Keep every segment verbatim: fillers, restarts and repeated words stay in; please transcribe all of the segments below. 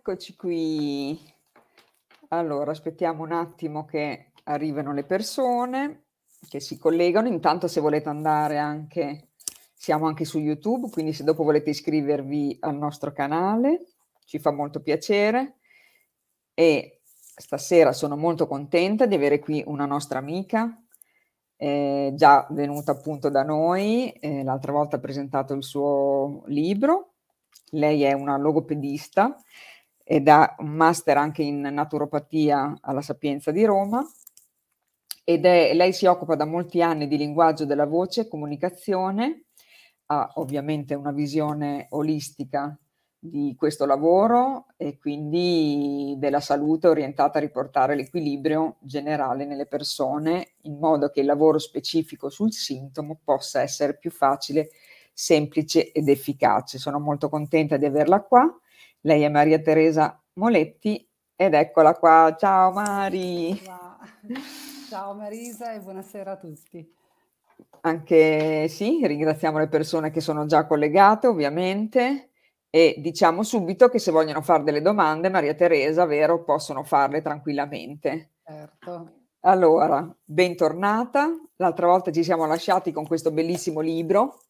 Eccoci qui. Allora, aspettiamo un attimo che arrivino le persone, che si collegano. Intanto se volete andare anche siamo anche su YouTube, quindi se dopo volete iscrivervi al nostro canale, ci fa molto piacere. E stasera sono molto contenta di avere qui una nostra amica, ehm, già venuta appunto da noi, ehm, l'altra volta ha presentato il suo libro. Lei è una logopedista ed ha un master anche in naturopatia alla Sapienza di Roma ed è lei si occupa da molti anni di linguaggio della voce e comunicazione, ha ovviamente una visione olistica di questo lavoro e quindi della salute orientata a riportare l'equilibrio generale nelle persone, in modo che il lavoro specifico sul sintomo possa essere più facile, semplice ed efficace. Sono molto contenta di averla qua. Lei è Maria Teresa Moletti ed eccola qua. Ciao Mari. Eccola. Ciao Marisa e buonasera a tutti. Anche sì, ringraziamo le persone che sono già collegate ovviamente e diciamo subito che se vogliono far delle domande, Maria Teresa, vero, possono farle tranquillamente. Certo. Allora, bentornata. L'altra volta ci siamo lasciati con questo bellissimo libro.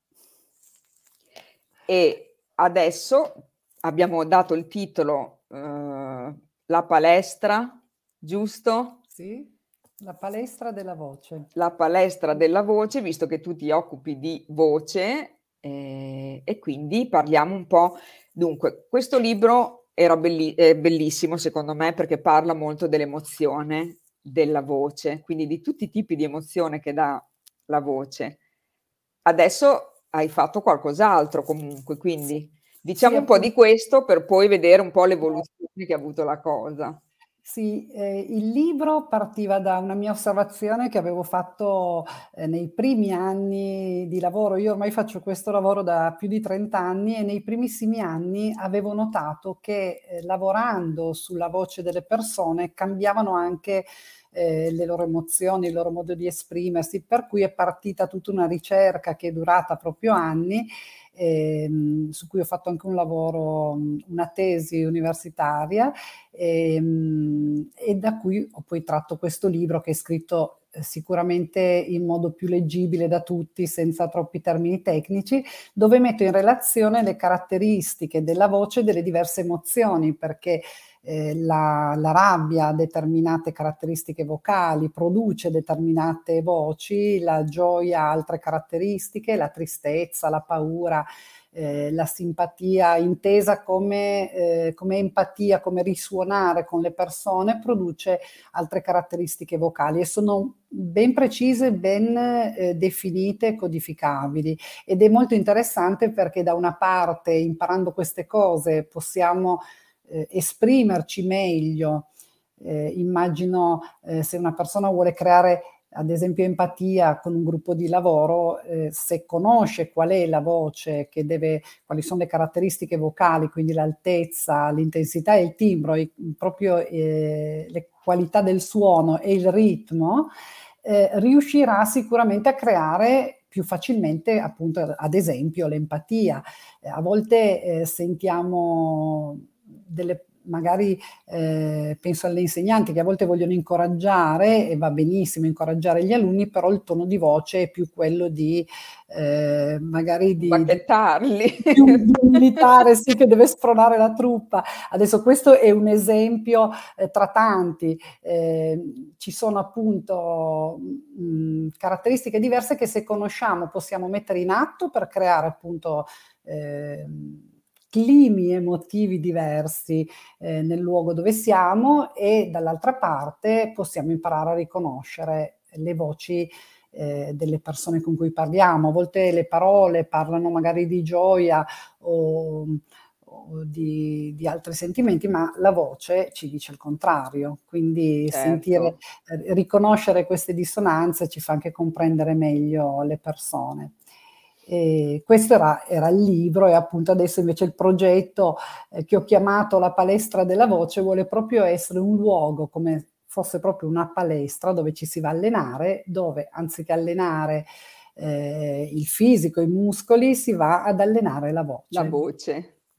E adesso abbiamo dato il titolo, uhm, La palestra, giusto? Sì, la palestra della voce. La palestra della voce, visto che tu ti occupi di voce, ehm, e quindi parliamo un po' dunque, questo libro era belli è bellissimo secondo me perché parla molto dell'emozione della voce, quindi di tutti i tipi di emozione che dà la voce. Adesso hai fatto qualcos'altro comunque, quindi Sì, diciamo un po' appun di questo per poi vedere un po' Cer l'evoluzione che ha avuto la cosa. Sì, ehm, il libro partiva da una mia osservazione che avevo fatto, ehm, nei primi anni di lavoro. Io ormai faccio questo lavoro da più di trenta anni e nei primissimi anni avevo notato che, ehm, lavorando sulla voce delle persone cambiavano anche, ehm, le loro emozioni, il loro modo di esprimersi, per cui è partita tutta una ricerca che è durata proprio anni, ehm, su cui ho fatto anche un lavoro mhmm, una tesi universitaria, ehm, e da cui ho poi tratto questo libro che è scritto, ehm, sicuramente in modo più leggibile da tutti, senza troppi termini tecnici, dove metto in relazione le caratteristiche della voce e delle diverse emozioni, perché, ehm, la la rabbia ha determinate caratteristiche vocali, produce determinate voci, la gioia ha altre caratteristiche, la tristezza, la paura, ehm, la simpatia intesa come ehm, come empatia, come risuonare con le persone, produce altre caratteristiche vocali e sono ben precise, ben, ehm, definite e codificabili. Ed è molto interessante perché da una parte, imparando queste cose, possiamo, ehm, esprimerci meglio. Ehm, immagino, ehm, se una persona vuole creare ad esempio empatia con un gruppo di lavoro, ehm, se conosce qual è la voce che deve quali son le caratteristiche vocali, quindi l'altezza, l'intensità e il timbro, i proprio, ehm, le qualità del suono e il ritmo, ehm, riuscirà sicuramente a creare più facilmente, appunto, ad esempio l'empatia. Ehm, a volte, ehm, sentiamo delle magari, ehm, penso alle insegnanti che a volte vogliono incoraggiare, e va benissimo incoraggiare gli alunni, però il tono di voce è più quello di ehm, magari di di Bacchettarli. di un di un militare, sì, che deve spronare la truppa. Adesso questo è un esempio, ehm, tra tanti. Ehm, ci sono appunto, mhmm, caratteristiche diverse che se conosciamo possiamo mettere in atto per creare appunto, ehm, climi emotivi diversi, ehm, nel luogo dove siamo e dall'altra parte possiamo imparare a riconoscere le voci, ehm, delle persone con cui parliamo. A volte le parole parlano magari di gioia o o di di altri sentimenti, ma la voce ci dice il contrario. Quindi sentire Certo. ehm, riconoscere queste dissonanze ci fa anche comprendere meglio le persone. Ehm, questo era era il libro e appunto adesso invece il progetto, ehm, che ho chiamato La palestra della voce, vuole proprio essere un luogo, come fosse proprio una palestra dove ci si va a allenare, dove anziché allenare, ehm, il fisico, i muscoli, si va ad allenare la La voce. voce.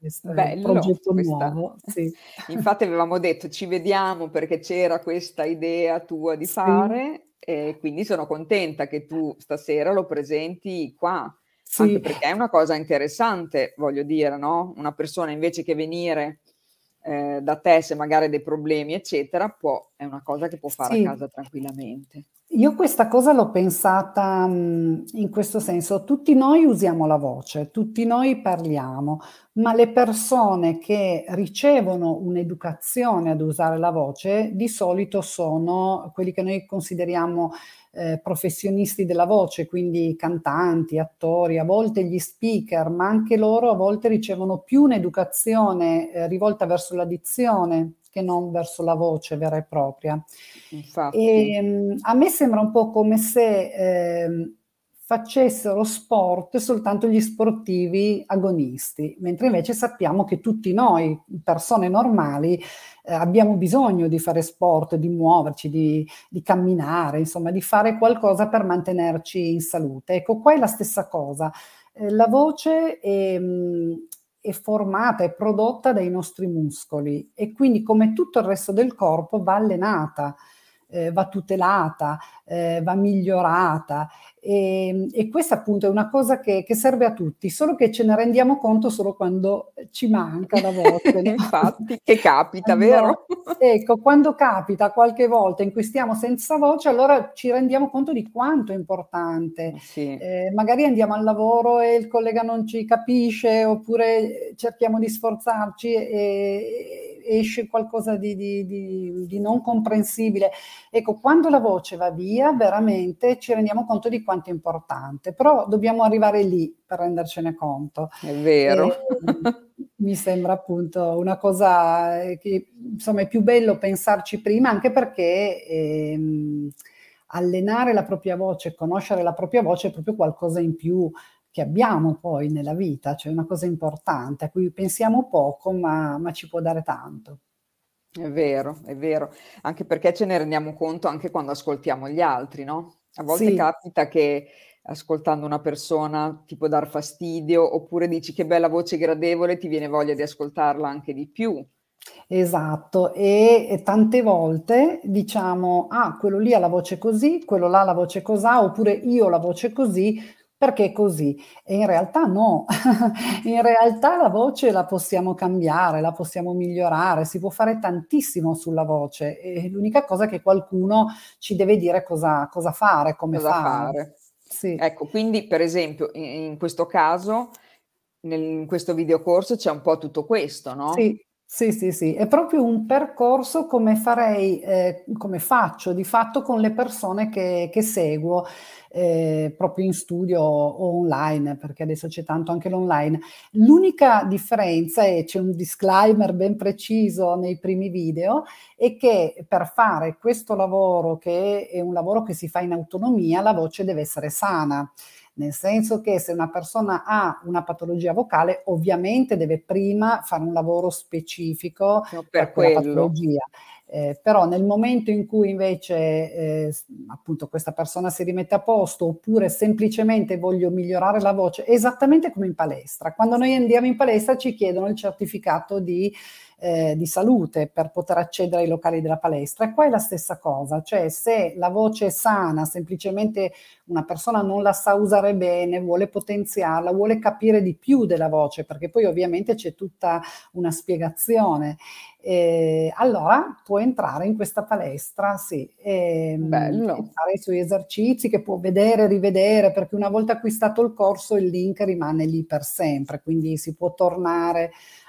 Questo è il Bello, progetto questa nuovo, sì. infatti avevamo detto: "Ci vediamo", perché c'era questa idea tua di Sì. fare, e quindi sono contenta che tu stasera lo presenti qua, anche Sì. perché è una cosa interessante, voglio dire, no, una persona invece che venire, ehm, da te se magari ha dei problemi, eccetera, può è una cosa che può fare a Sì. casa tranquillamente. Io questa cosa l'ho pensata, mhmm, in questo senso: tutti noi usiamo la voce, tutti noi parliamo, ma le persone che ricevono un'educazione ad usare la voce, di solito sono quelli che noi consideriamo, ehm, professionisti della voce, quindi cantanti, attori, a volte gli speaker, ma anche loro a volte ricevono più un'educazione, ehm, rivolta verso la dizione che non verso la voce vera e propria. Infatti. Ehm, a me sembra un po' come se, ehm, facessero sport soltanto gli sportivi agonisti, mentre invece sappiamo che tutti noi, persone normali, ehm, abbiamo bisogno di fare sport, di muoverci, di di camminare, insomma di fare qualcosa per mantenerci in salute. Ecco, qua è la stessa cosa. Ehm, la voce, ehm, è formata, è prodotta dai nostri muscoli e quindi come tutto il resto del corpo va allenata, ehm, va tutelata, ehm, va migliorata. Ehm, e questa appunto è una cosa che che serve a tutti, solo che ce ne rendiamo conto solo quando, ehm, ci manca la voce, no? Infatti, che capita, Quando vero? ecco, quando capita qualche volta in cui stiamo senza voce, allora ci rendiamo conto di quanto è importante. Eh sì. Ehm, magari andiamo al lavoro e il collega non ci capisce, oppure, ehm, cerchiamo di sforzarci e esce qualcosa di di di di non comprensibile. Ecco, quando la voce va via, veramente ci rendiamo conto di quanto è importante, però dobbiamo arrivare lì per rendercene conto. È vero. Ehm, mi sembra appunto una cosa, ehm, che insomma è più bello pensarci prima, anche perché, ehm, allenare la propria voce, conoscere la propria voce è proprio qualcosa in più che abbiamo poi nella vita, cioè una cosa importante a cui pensiamo poco, ma ma ci può dare tanto. È vero, è vero. Anche perché ce ne rendiamo conto anche quando ascoltiamo gli altri, no, a volte Sì. capita che ascoltando una persona ti può dar fastidio, oppure dici: "Che bella voce gradevole", ti viene voglia di ascoltarla anche di più. Esatto, e e tante volte diciamo: "Ah, quello lì ha la voce così, quello là ha la voce cosà", oppure "Io ho la voce così, perché è così". E in realtà no, in realtà la voce la possiamo cambiare, la possiamo migliorare, si può fare tantissimo sulla voce, e l'unica cosa è che qualcuno ci deve dire cosa cosa fare, come Cosa fare. fare. Sì. Ecco, quindi per esempio i in questo caso, nel in questo videocorso c'è un po' tutto questo, no? Sì, sì, sì, sì. È proprio un percorso come farei ehm, come faccio di fatto con le persone che che seguo, ehm, proprio in studio o online, perché adesso c'è tanto anche l'online. L'unica differenza, e c'è un disclaimer ben preciso nei primi video, è che per fare questo lavoro, che è un lavoro che si fa in autonomia, la voce deve essere sana. Nel senso che se una persona ha una patologia vocale, ovviamente deve prima fare un lavoro specifico No, per per quella quello. patologia. Ehm, però nel momento in cui invece, ehm, s appunto questa persona si rimette a posto, oppure semplicemente voglio migliorare la voce, esattamente come in palestra. Quando noi andiamo in palestra ci chiedono il certificato di ehm, di salute per poter accedere ai locali della palestra, e qua è la stessa cosa, cioè se la voce è sana, semplicemente una persona non la sa usare bene, vuole potenziarla, vuole capire di più della voce, perché poi ovviamente c'è tutta una spiegazione, ehm, allora può entrare in questa palestra, sì, ehm, e Bello. fare i suoi esercizi che può vedere e rivedere, perché una volta acquistato il corso il link rimane lì per sempre, quindi si può tornare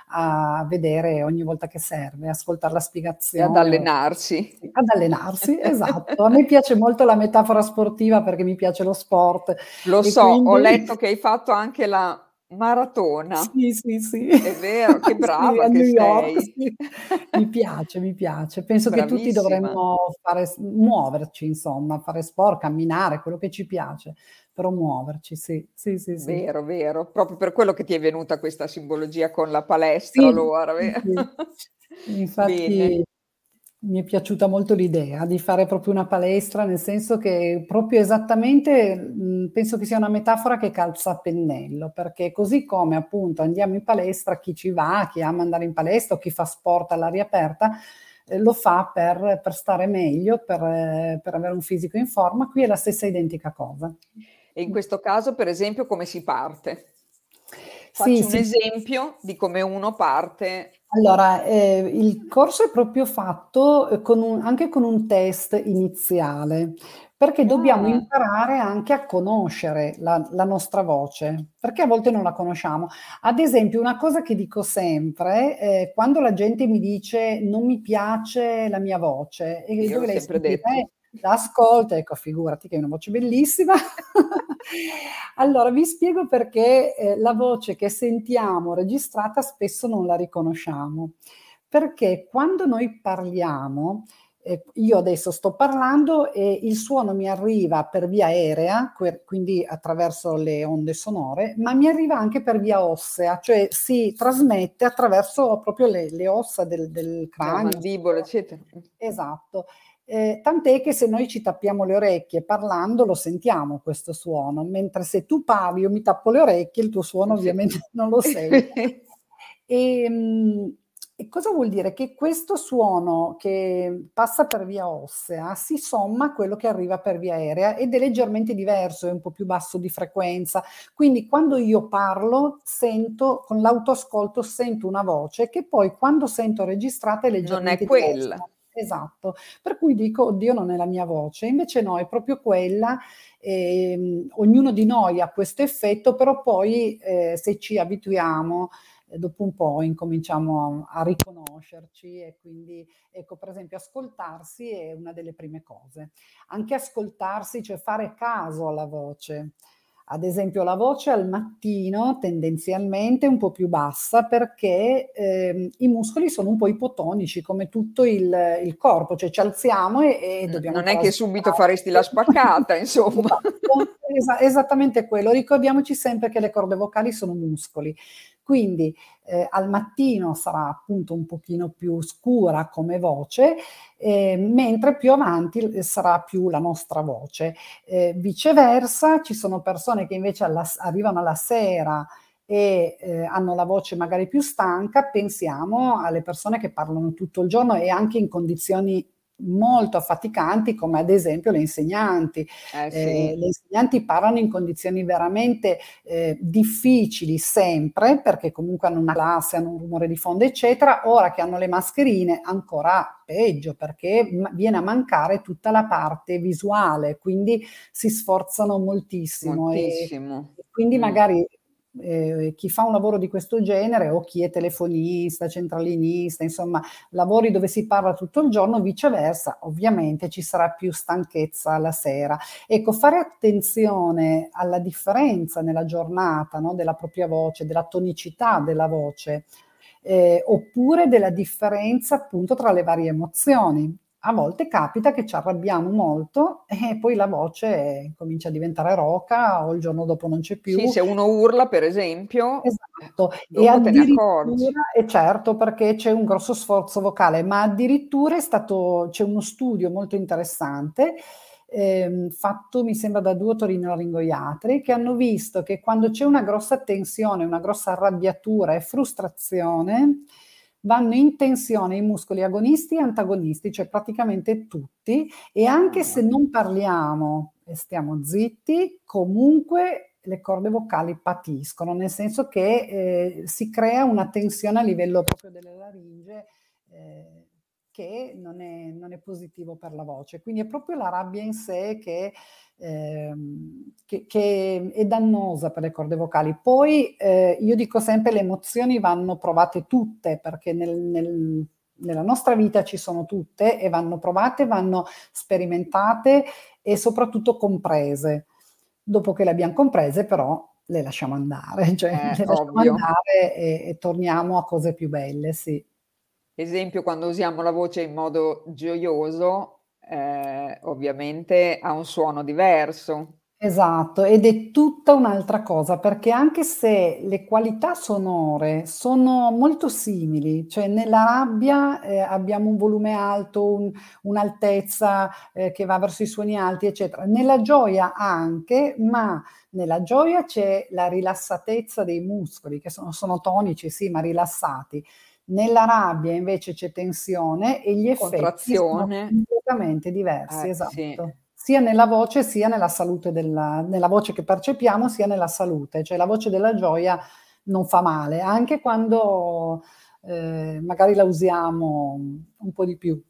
a vedere ogni volta che serve, ascoltar la E ad spiegazione o allenarsi. sì, ad allenarsi, esatto. A me piace molto la metafora sportiva perché mi piace lo sport Lo e so, ho quindi letto che hai fatto anche la maratona. sì, sì, sì. È vero, che Sì, brava a che New York, sei. sì. Mi piace, mi piace. Penso che tutti Bravissima. dovremmo fare s muoverci insomma, fare sport, camminare, quello che ci piace, però muoverci, sì. Sì, sì, sì. Vero, vero. Proprio per quello che ti è venuta questa simbologia con la palestra Sì, allora, sì, ve sì. Bene. Infatti Mi è piaciuta molto l'idea di fare proprio una palestra, nel senso che proprio esattamente, mhmm, penso che sia una metafora che calza a pennello, perché così come appunto andiamo in palestra, chi ci va, chi ama andare in palestra o chi fa sport all'aria aperta, ehm, lo fa per per stare meglio, per eh, per avere un fisico in forma, qui è la stessa identica cosa. E in Mh. questo caso, per esempio, come si parte? Sì, Facci un sì. esempio di come uno parte. Allora, ehm, il corso è proprio fatto, uhm, con un anche con un test iniziale, perché dobbiamo Ah, imparare anche a conoscere la la nostra voce, perché a volte non la conosciamo. Ad esempio, una cosa che dico sempre, ehm, quando la gente mi dice: "Non mi piace la mia voce", e io l'ho dove l'hai sempre sentita? detto. Eh, la ascolto, ecco figurati che hai una voce bellissima. Allora, vi spiego perché, ehm, la voce che sentiamo registrata spesso non la riconosciamo. Perché quando noi parliamo, ehm, io adesso sto parlando e il suono mi arriva per via aerea, que quindi attraverso le onde sonore, ma mi arriva anche per via ossea, cioè si trasmette attraverso proprio le le ossa del del Della cranio. mandibola, eccetera. Mh. Esatto. Ehm, tant'è che se noi ci tappiamo le orecchie parlando lo sentiamo questo suono, mentre se tu parli, io mi tappo le orecchie, il tuo suono Sì. ovviamente non lo sento. Ehm, e cosa vuol dire? Che questo suono che passa per via ossea si somma a quello che arriva per via aerea ed è leggermente diverso, è un po' più basso di frequenza. Quindi quando io parlo sento con l'autoascolto sento una voce che poi quando sento registrata è Non è leggermente quella. diversa. Esatto. Per cui dico: "Oddio, non è la mia voce." Invece no, è proprio quella, ehm, ognuno di noi ha questo effetto, però poi, ehm, se ci abituiamo, ehm, dopo un po' incominciamo a riconoscerci e quindi ecco, per esempio ascoltarsi è una delle prime cose. Anche ascoltarsi, cioè fare caso alla voce. Ad esempio la voce al mattino tendenzialmente è un po' più bassa perché, ehm, i muscoli sono un po' ipotonici come tutto il il corpo, cioè ci alziamo e e N dobbiamo non è che subito faresti la trascinare. spaccata, insomma. Esatto, esa esattamente quello. Ricordiamoci sempre che le corde vocali sono muscoli. Quindi, ehm, al mattino sarà appunto un pochino più scura come voce, ehm, mentre più avanti l sarà più la nostra voce. Ehm, viceversa, ci sono persone che invece alla s arrivano alla sera e, ehm, hanno la voce magari più stanca, pensiamo alle persone che parlano tutto il giorno e anche in condizioni molto affaticanti, come ad esempio le insegnanti. Eh Ehm, sì, le insegnanti parlano in condizioni veramente, ehm, difficili sempre, perché comunque hanno una classe, hanno un rumore di fondo, eccetera. Ora che hanno le mascherine ancora peggio, perché m viene a mancare tutta la parte visuale, quindi si sforzano moltissimo e moltissimo. e quindi Mh. magari, ehm, chi fa un lavoro di questo genere o chi è telefonista, centralinista, insomma lavori dove si parla tutto il giorno, viceversa ovviamente ci sarà più stanchezza la sera. Ecco, fare attenzione alla differenza nella giornata, no, della propria voce, della tonicità della voce, ehm, oppure della differenza appunto tra le varie emozioni. A volte capita che ci arrabbiamo molto e poi la voce comincia a diventare roca o il giorno dopo non c'è Sì, più. se uno urla per esempio, eh, Esatto, e dopo te ne accorgi. addirittura e certo, perché c'è un grosso sforzo vocale, ma addirittura è stato c'è uno studio molto interessante, ehm, fatto mi sembra da due otorinolaringoiatri, che hanno visto che quando c'è una grossa tensione, una grossa arrabbiatura e frustrazione, vanno in tensione i muscoli agonisti e antagonisti, cioè praticamente tutti, e anche se Ah, non parliamo e stiamo zitti, comunque le corde vocali patiscono, nel senso che, ehm, si crea una tensione a livello proprio delle laringe, ehm, che non è non è positivo per la voce. Quindi è proprio la rabbia in sé che ehm, che che è dannosa per le corde vocali. Poi, ehm, io dico sempre le emozioni vanno provate tutte, perché nel nel nella nostra vita ci sono tutte e vanno provate, vanno sperimentate e soprattutto comprese. Dopo che le abbiam comprese però le lasciamo andare, cioè eh, le lasciamo ovvio. andare e e torniamo a cose più belle, sì. Esempio, quando usiamo la voce in modo gioioso, ehm, ovviamente ha un suono diverso. Esatto, ed è tutta un'altra cosa, perché anche se le qualità sonore sono molto simili, cioè nella rabbia, ehm, abbiamo un volume alto, un un'altezza, ehm, che va verso i suoni alti, eccetera. Nella gioia anche, ma nella gioia c'è la rilassatezza dei muscoli, che sono sono tonici sì, ma rilassati. Nella rabbia invece c'è tensione e gli effetti sono Contrazione. completamente diversi, Eh, sì. esatto. Sia nella voce, sia nella salute della nella voce che percepiamo, sia nella salute. Cioè la voce della gioia non fa male, anche quando, ehm, magari la usiamo un po' di più.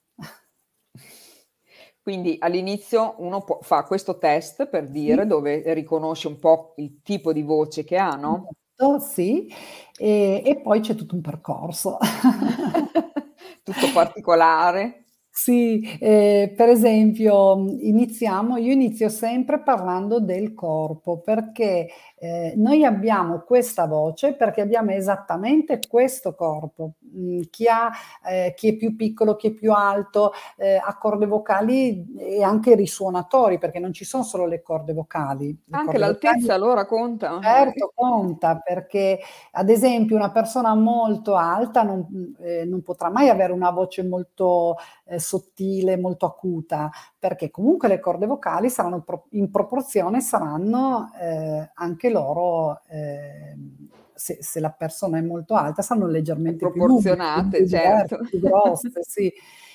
Quindi all'inizio uno può fa questo test, per dire, Sì. dove riconosce un po' il tipo di voce che ha, no? Esatto, sì. E e poi c'è tutto un percorso. Tutto particolare. Sì, ehm, per esempio, mhmm, iniziamo io inizio sempre parlando del corpo, perché, ehm, noi abbiamo questa voce, perché abbiamo esattamente questo corpo. Mhmm, chi ha ehm, chi è più piccolo, chi è più alto, ehm, ha corde vocali e anche risuonatori, perché non ci son solo le corde vocali. Le Anche corde vocali l'altezza allora conta? certo conta, perché ad esempio una persona molto alta non mhmm, ehm, non potrà mai avere una voce molto, ehm, sottile, molto acuta, perché comunque le corde vocali saranno pro in proporzione saranno, ehm, anche loro, ehm, se se la persona è molto alta, saranno È leggermente più lunghe, proporzionate, più diverse, certo. più grosse, sì.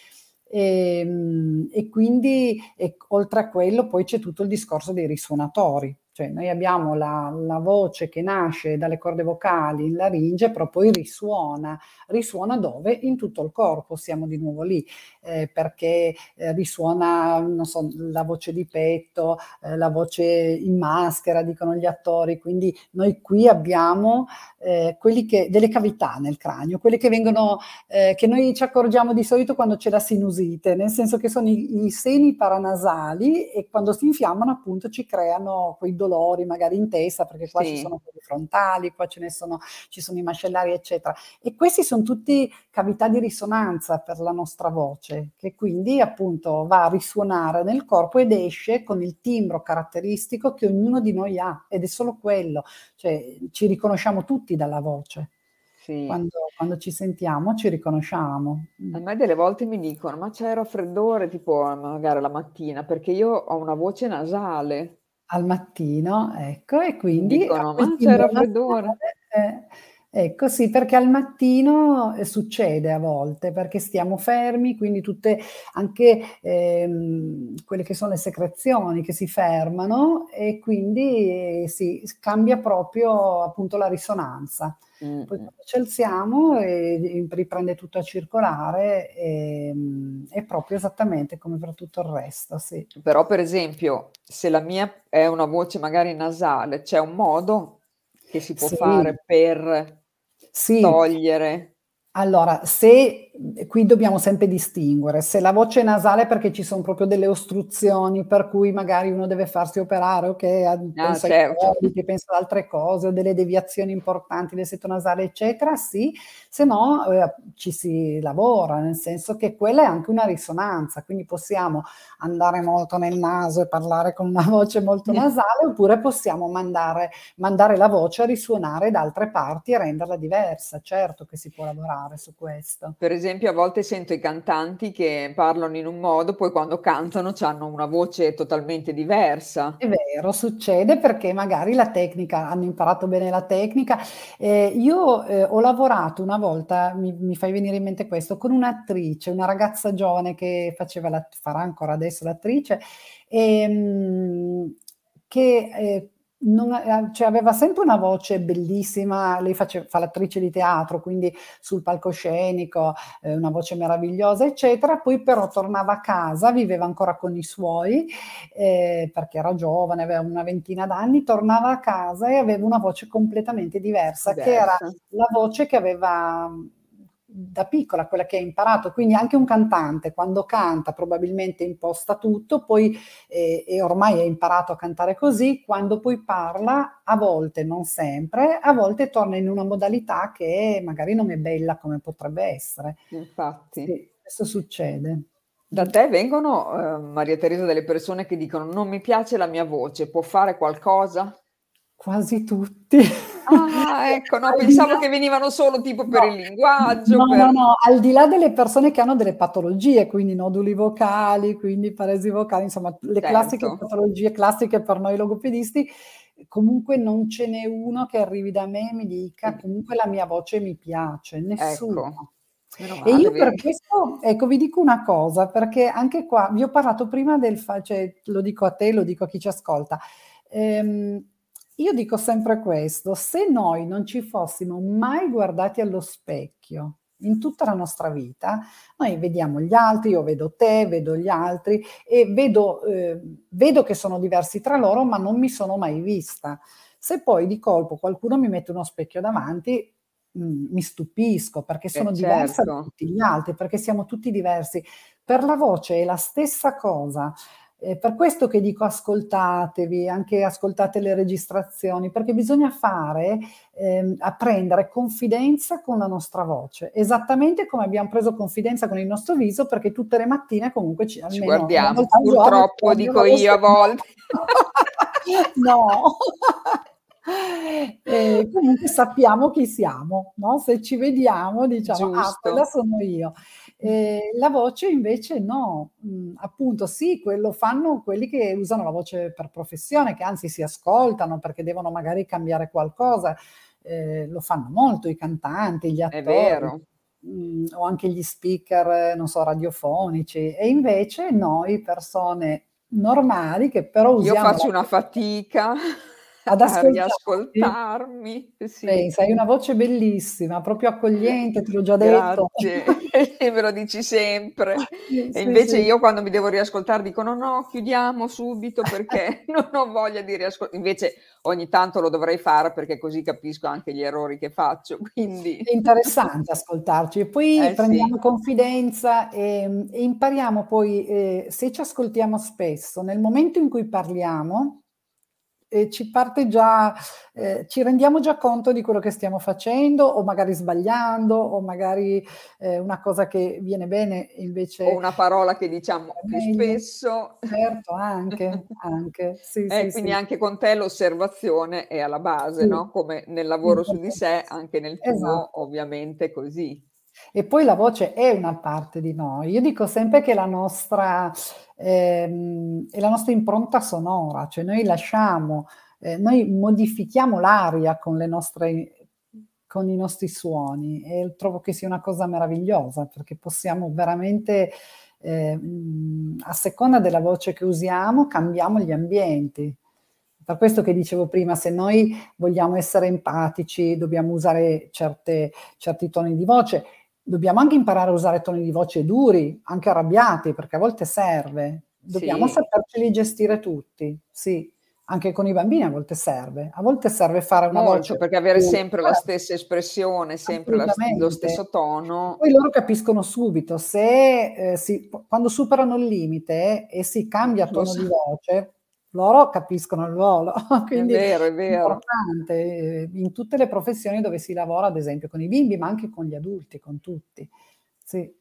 Ehm, e quindi, ec oltre a quello poi c'è tutto il discorso dei risuonatori. Cioè noi abbiamo la la voce che nasce dalle corde vocali in laringe, però poi risuona. Risuona dove? In tutto il corpo, siamo di nuovo lì, ehm, perché, ehm, risuona, non so, la voce di petto, ehm, la voce in maschera, dicono gli attori. Quindi noi qui abbiamo, ehm, quelli che delle cavità nel cranio, quelle che vengono ehm, che noi ci accorgiamo di solito quando c'è la sinusite, nel senso che sono i i seni paranasali e quando si infiammano appunto ci creano quei dolori magari in testa, perché qua ci Sì. sono quelli frontali, qua ce ne sono ci sono i mascellari, eccetera. E questi son tutti cavità di risonanza per la nostra voce, che quindi appunto va a risuonare nel corpo ed esce con il timbro caratteristico che ognuno di noi ha, ed è solo quello. Cioè ci riconosciamo tutti dalla voce. Sì. Quando quando ci sentiamo ci riconosciamo. Mh. A me delle volte mi dicono: "Ma c'hai raffreddore?" Tipo magari la mattina, perché io ho una voce nasale. Al mattino, ecco, e Mi quindi a dicono: quel "Ma c'hai timbro raffreddore?" nasale eh, ecco sì, perché al mattino, ehm, succede a volte, perché stiamo fermi, quindi tutte anche, ehm, quelle che sono le secrezioni che si fermano e quindi sì, s cambia proprio appunto la risonanza. Poi Mh-mh. quando ci alziamo, ehm, riprende tutto a circolare, ehm, è proprio esattamente come per tutto il resto, sì. Però per esempio, se la mia è una voce magari nasale, c'è un modo che si può Sì. fare per Sì. togliere? Allora, se mhmm, qui dobbiamo sempre distinguere, se la voce è nasale perché ci son proprio delle ostruzioni, per cui magari uno deve farsi operare o che ha Ah, penso ai certo. colichi, penso ad altre cose, o delle deviazioni importanti del setto nasale, eccetera, sì, se no, ehm, ci si lavora, nel senso che quella è anche una risonanza, quindi possiamo andare molto nel naso e parlare con una voce molto nasale, oppure possiamo mandare mandare la voce a risuonare da altre parti e renderla diversa. Certo che si può lavorare su questo. Per esempio a volte sento i cantanti che parlano in un modo, poi quando cantano c'hanno una voce totalmente diversa. È vero, succede perché magari la tecnica hanno imparato bene la tecnica. Ehm, io, ehm, ho lavorato una volta, mi mi fai venire in mente questo, con un'attrice, una ragazza giovane che faceva l'att farà ancora adesso l'attrice, ehm, che, ehm, non a cioè aveva sempre una voce bellissima, lei face fa l'attrice di teatro, quindi sul palcoscenico, ehm, una voce meravigliosa, eccetera, poi però tornava a casa, viveva ancora con i suoi, ehm, perché era giovane, aveva una ventina d'anni, tornava a casa e aveva una voce completamente diversa, che era Diversa. la voce che aveva, mhmm, da piccola, quella che ha imparato. Quindi anche un cantante quando canta probabilmente imposta tutto, poi ehm, e ormai ha imparato a cantare così, quando poi parla, a volte, non sempre, a volte torna in una modalità che magari non è bella come potrebbe essere. Infatti. Sì, questo succede. Da te vengono, uhm, Maria Teresa, delle persone che dicono: "Non mi piace la mia voce, può fare qualcosa?" Quasi tutti. Ah, ecco, no, Al di pensavo là che venivano solo tipo per no, il linguaggio, no, no, per no, al di là delle persone che hanno delle patologie, quindi noduli vocali, quindi paresi vocali, insomma le classiche certo. patologie classiche per noi logopedisti, comunque non ce n'è uno che arrivi da me e mi E dica: di "Comunque la mia voce mi piace", nessuno. Ecco, meno E male, io per vedi. questo ecco, vi dico una cosa, perché anche qua vi ho parlato prima del fa cioè lo dico a te, lo dico a chi ci ascolta. Ehm, io dico sempre questo: se noi non ci fossimo mai guardati allo specchio in tutta la nostra vita, noi vediamo gli altri, io vedo te, vedo gli altri e vedo ehm, vedo che sono diversi tra loro, ma non mi sono mai vista. Se poi di colpo qualcuno mi mette uno specchio davanti, mhmm, mi stupisco perché Eh sono diversa da certo. tutti gli altri, perché siamo tutti diversi. Per la voce è la stessa cosa. È per questo che dico ascoltatevi, anche ascoltate le registrazioni, perché bisogna fare ehm, apprendere confidenza con la nostra voce, esattamente come abbiam preso confidenza con il nostro viso, perché tutte le mattine comunque ci Ci almeno una guardiamo. volta al giorno ci Purtroppo, guardiamo dico allo io spe a volte. no. E comunque sappiamo chi siamo, no, se ci vediamo diciamo: "Ah, quella Giusto. sono io". Ehm, la voce invece no, mhmm, appunto sì, quello fanno quelli che usano la voce per professione, che anzi si ascoltano perché devono magari cambiare qualcosa, ehm, lo fanno molto i cantanti, gli È attori, vero. mhmm, o anche gli speaker, non so, radiofonici. E invece noi persone normali, che però Io usiamo la faccio una voce fatica ad a ascoltarti? riascoltarmi. Sì. Pensa, hai una voce bellissima, proprio accogliente, te l'ho già detto. Grazie, e me lo dici sempre. Sì, E sì, invece sì. io quando mi devo riascoltare dico: "No, no, chiudiamo subito perché non ho voglia di riascol" invece ogni tanto lo dovrei fare perché così capisco anche gli errori che faccio, quindi È interessante ascoltarci e poi eh prendiamo sì. confidenza, ehm, e impariamo poi, ehm, se ci ascoltiamo spesso, nel momento in cui parliamo, ehm, ci parte già ehm, ci rendiamo già conto di quello che stiamo facendo o magari sbagliando o magari, ehm, una cosa che viene bene e O invece una parola che diciamo più meglio. spesso. Certo, anche, anche. Sì, Eh, sì, quindi sì. anche con te l'osservazione è alla base, Sì, no, come nel lavoro su di sé, importantissi anche nel tuo esatto. ovviamente è così. E poi la voce è una parte di noi. Io dico sempre che la nostra ehm, è la nostra impronta sonora, cioè noi lasciamo ehm, noi modifichiamo l'aria con le nostre con i nostri suoni e trovo che sia una cosa meravigliosa, perché possiamo veramente, ehm, a seconda della voce che usiamo, cambiamo gli ambienti. Per questo che dicevo prima, se noi vogliamo essere empatici, dobbiamo usare certe certi toni di voce. Dobbiamo anche imparare a usare toni di voce duri, anche arrabbiati, perché a volte serve. Dobbiamo Sì, saperceli gestire tutti, sì. Anche con i bambini a volte serve. A volte serve fare una molto, voce perché avere più sempre la eh, stessa espressione, sempre la s lo assolutamente. stesso E tono, poi loro capiscono subito se, ehm, si q quando superano il limite e si cambia lo tono so, di voce, loro capiscono il volo. è Quindi vero, è è vero. importante, ehm, in tutte le professioni dove si lavora, ad esempio con i bimbi, ma anche con gli adulti, con tutti. Sì.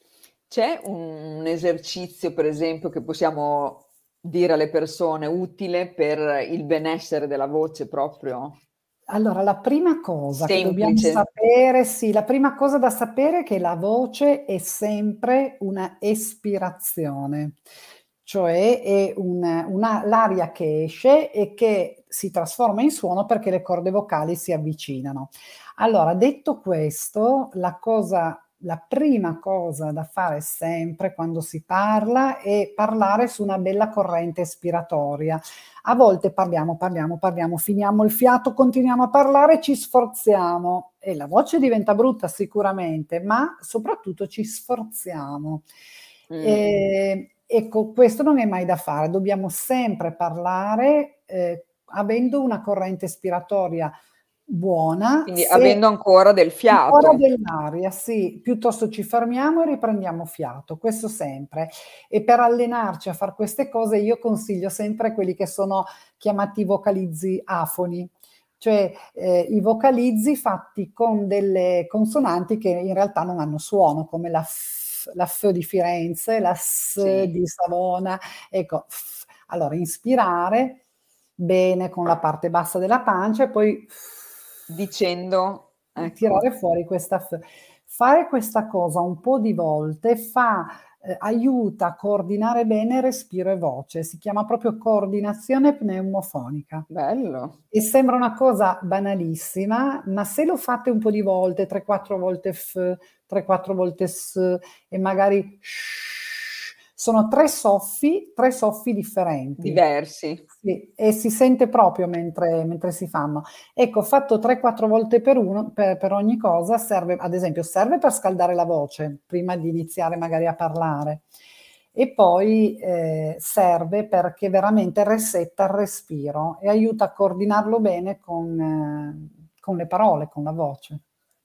C'è un esercizio, per esempio, che possiamo dire alle persone utile per il benessere della voce proprio? Allora, la prima cosa che dobbiamo Semplice. sapere sì, la prima cosa da sapere è che la voce è sempre una espirazione, cioè è un una l'aria che esce e che si trasforma in suono perché le corde vocali si avvicinano. Allora, detto questo, la cosa la prima cosa da fare sempre quando si parla è parlare su una bella corrente espiratoria. A volte parliamo, parliamo, parliamo, finiamo il fiato, continuiamo a parlare, ci sforziamo e la voce diventa brutta sicuramente, ma soprattutto ci sforziamo. Mh. Ehm, ecco, questo non è mai da fare, dobbiamo sempre parlare, ehm, avendo una corrente espiratoria buona, Quindi se avendo ancora del ancora fiato. dell'aria, sì, piuttosto ci fermiamo e riprendiamo fiato, questo sempre. E per allenarci a far queste cose io consiglio sempre quelli che sono chiamati vocalizzi afoni, cioè, ehm, i vocalizzi fatti con delle consonanti che in realtà non hanno suono, come la f, f, la F di Firenze, la S Sì. di Savona, ecco, f. Allora inspirare bene con la parte bassa della pancia e poi Dicendo, tirare ecco. fuori questa F. Fare questa cosa un po' di volte fa ehm, aiuta a coordinare bene respiro e voce, si chiama proprio coordinazione pneumofonica. Bello. E sembra una cosa banalissima, ma se lo fate un po' di volte, tre quattro volte F, tre quattro volte S e magari sono tre soffi, tre soffi differenti. Diversi. Sì, e si sente proprio mentre mentre si fanno. Ecco, fatto tre quattro volte per uno per per ogni cosa serve ad esempio, serve per scaldare la voce, prima di iniziare magari a parlare. E poi, ehm, serve perché veramente resetta il respiro e aiuta a coordinarlo bene con con le parole, con la voce.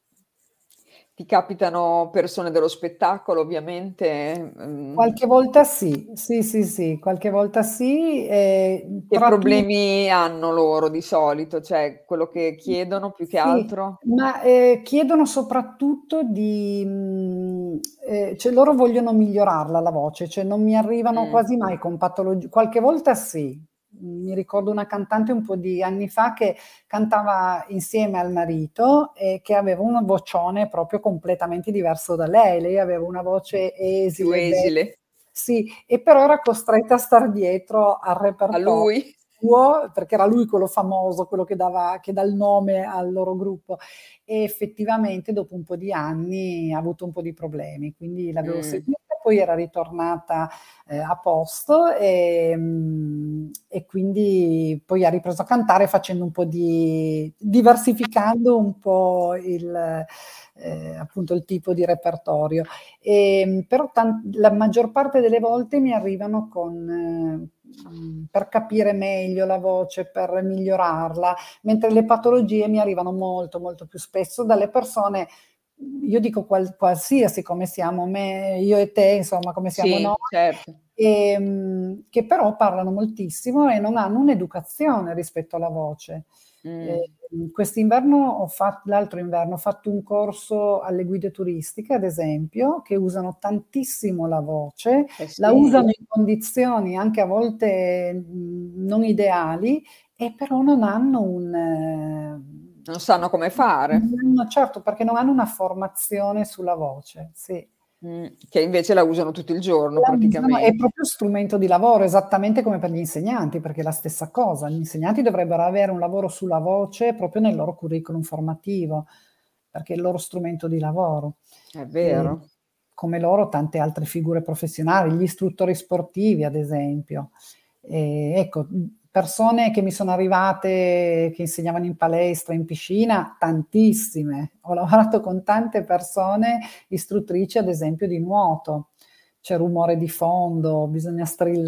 Ti capitano persone dello spettacolo ovviamente, mhmm Qualche volta sì, sì, sì, sì, qualche volta sì, ehm, Che tra tu problemi hanno loro di solito? ceh, quello che chiedono più che Sì, altro? ma, ehm, chiedono soprattutto di mhmm, ehm, ceh loro vogliono migliorarla la voce, ceh non mi arrivano Mh. quasi mai con patologi qualche volta sì. Mi ricordo una cantante un po' di anni fa che cantava insieme al marito e che aveva un vocione proprio completamente diverso da lei. Lei aveva una voce Più esile, be esile. sì, e però era costretta a star dietro al A repertorio lui? suo, perché era lui quello famoso, quello che dava che dà il nome al loro gruppo. E effettivamente dopo un po' di anni ha avuto un po' di problemi, quindi l'avevo Mh. seguita, poi era ritornata, ehm, a posto, ehm, e quindi poi ha ripreso a cantare facendo un po' di diversificando un po' il ehm, appunto il tipo di repertorio. Ehm, però tan la maggior parte delle volte mi arrivano con mhmm, per capire meglio la voce, per migliorarla, mentre le patologie mi arrivano molto, molto più spesso dalle persone, io dico qual qualsiasi, come siamo me io e te, insomma, come siamo noi, Sì, certo. ehm, che però parlano moltissimo e non hanno un'educazione rispetto alla voce. Mh. Ehm, quest'inverno ho fa l'altro inverno ho fatto un corso alle guide turistiche, ad esempio, che usano tantissimo la voce, Eh la sì. usano in condizioni anche a volte, mhmm, non ideali e però non hanno un Non sanno come fare. certo, perché non hanno una formazione sulla voce, sì. Mh, che invece la usano tutto il giorno La usano è praticamente. proprio strumento di lavoro, esattamente come per gli insegnanti, perché è la stessa cosa. Gli insegnanti dovrebbero avere un lavoro sulla voce proprio nel loro curriculum formativo, perché è il loro strumento di lavoro. È Ehm, vero. come loro tante altre figure professionali, gli istruttori sportivi ad esempio. Ehm, ecco, mhmm, persone che mi sono arrivate che insegnavano in palestra, in piscina, tantissime. Ho lavorato con tante persone istruttrici, ad esempio di nuoto. C'è rumore di fondo, bisogna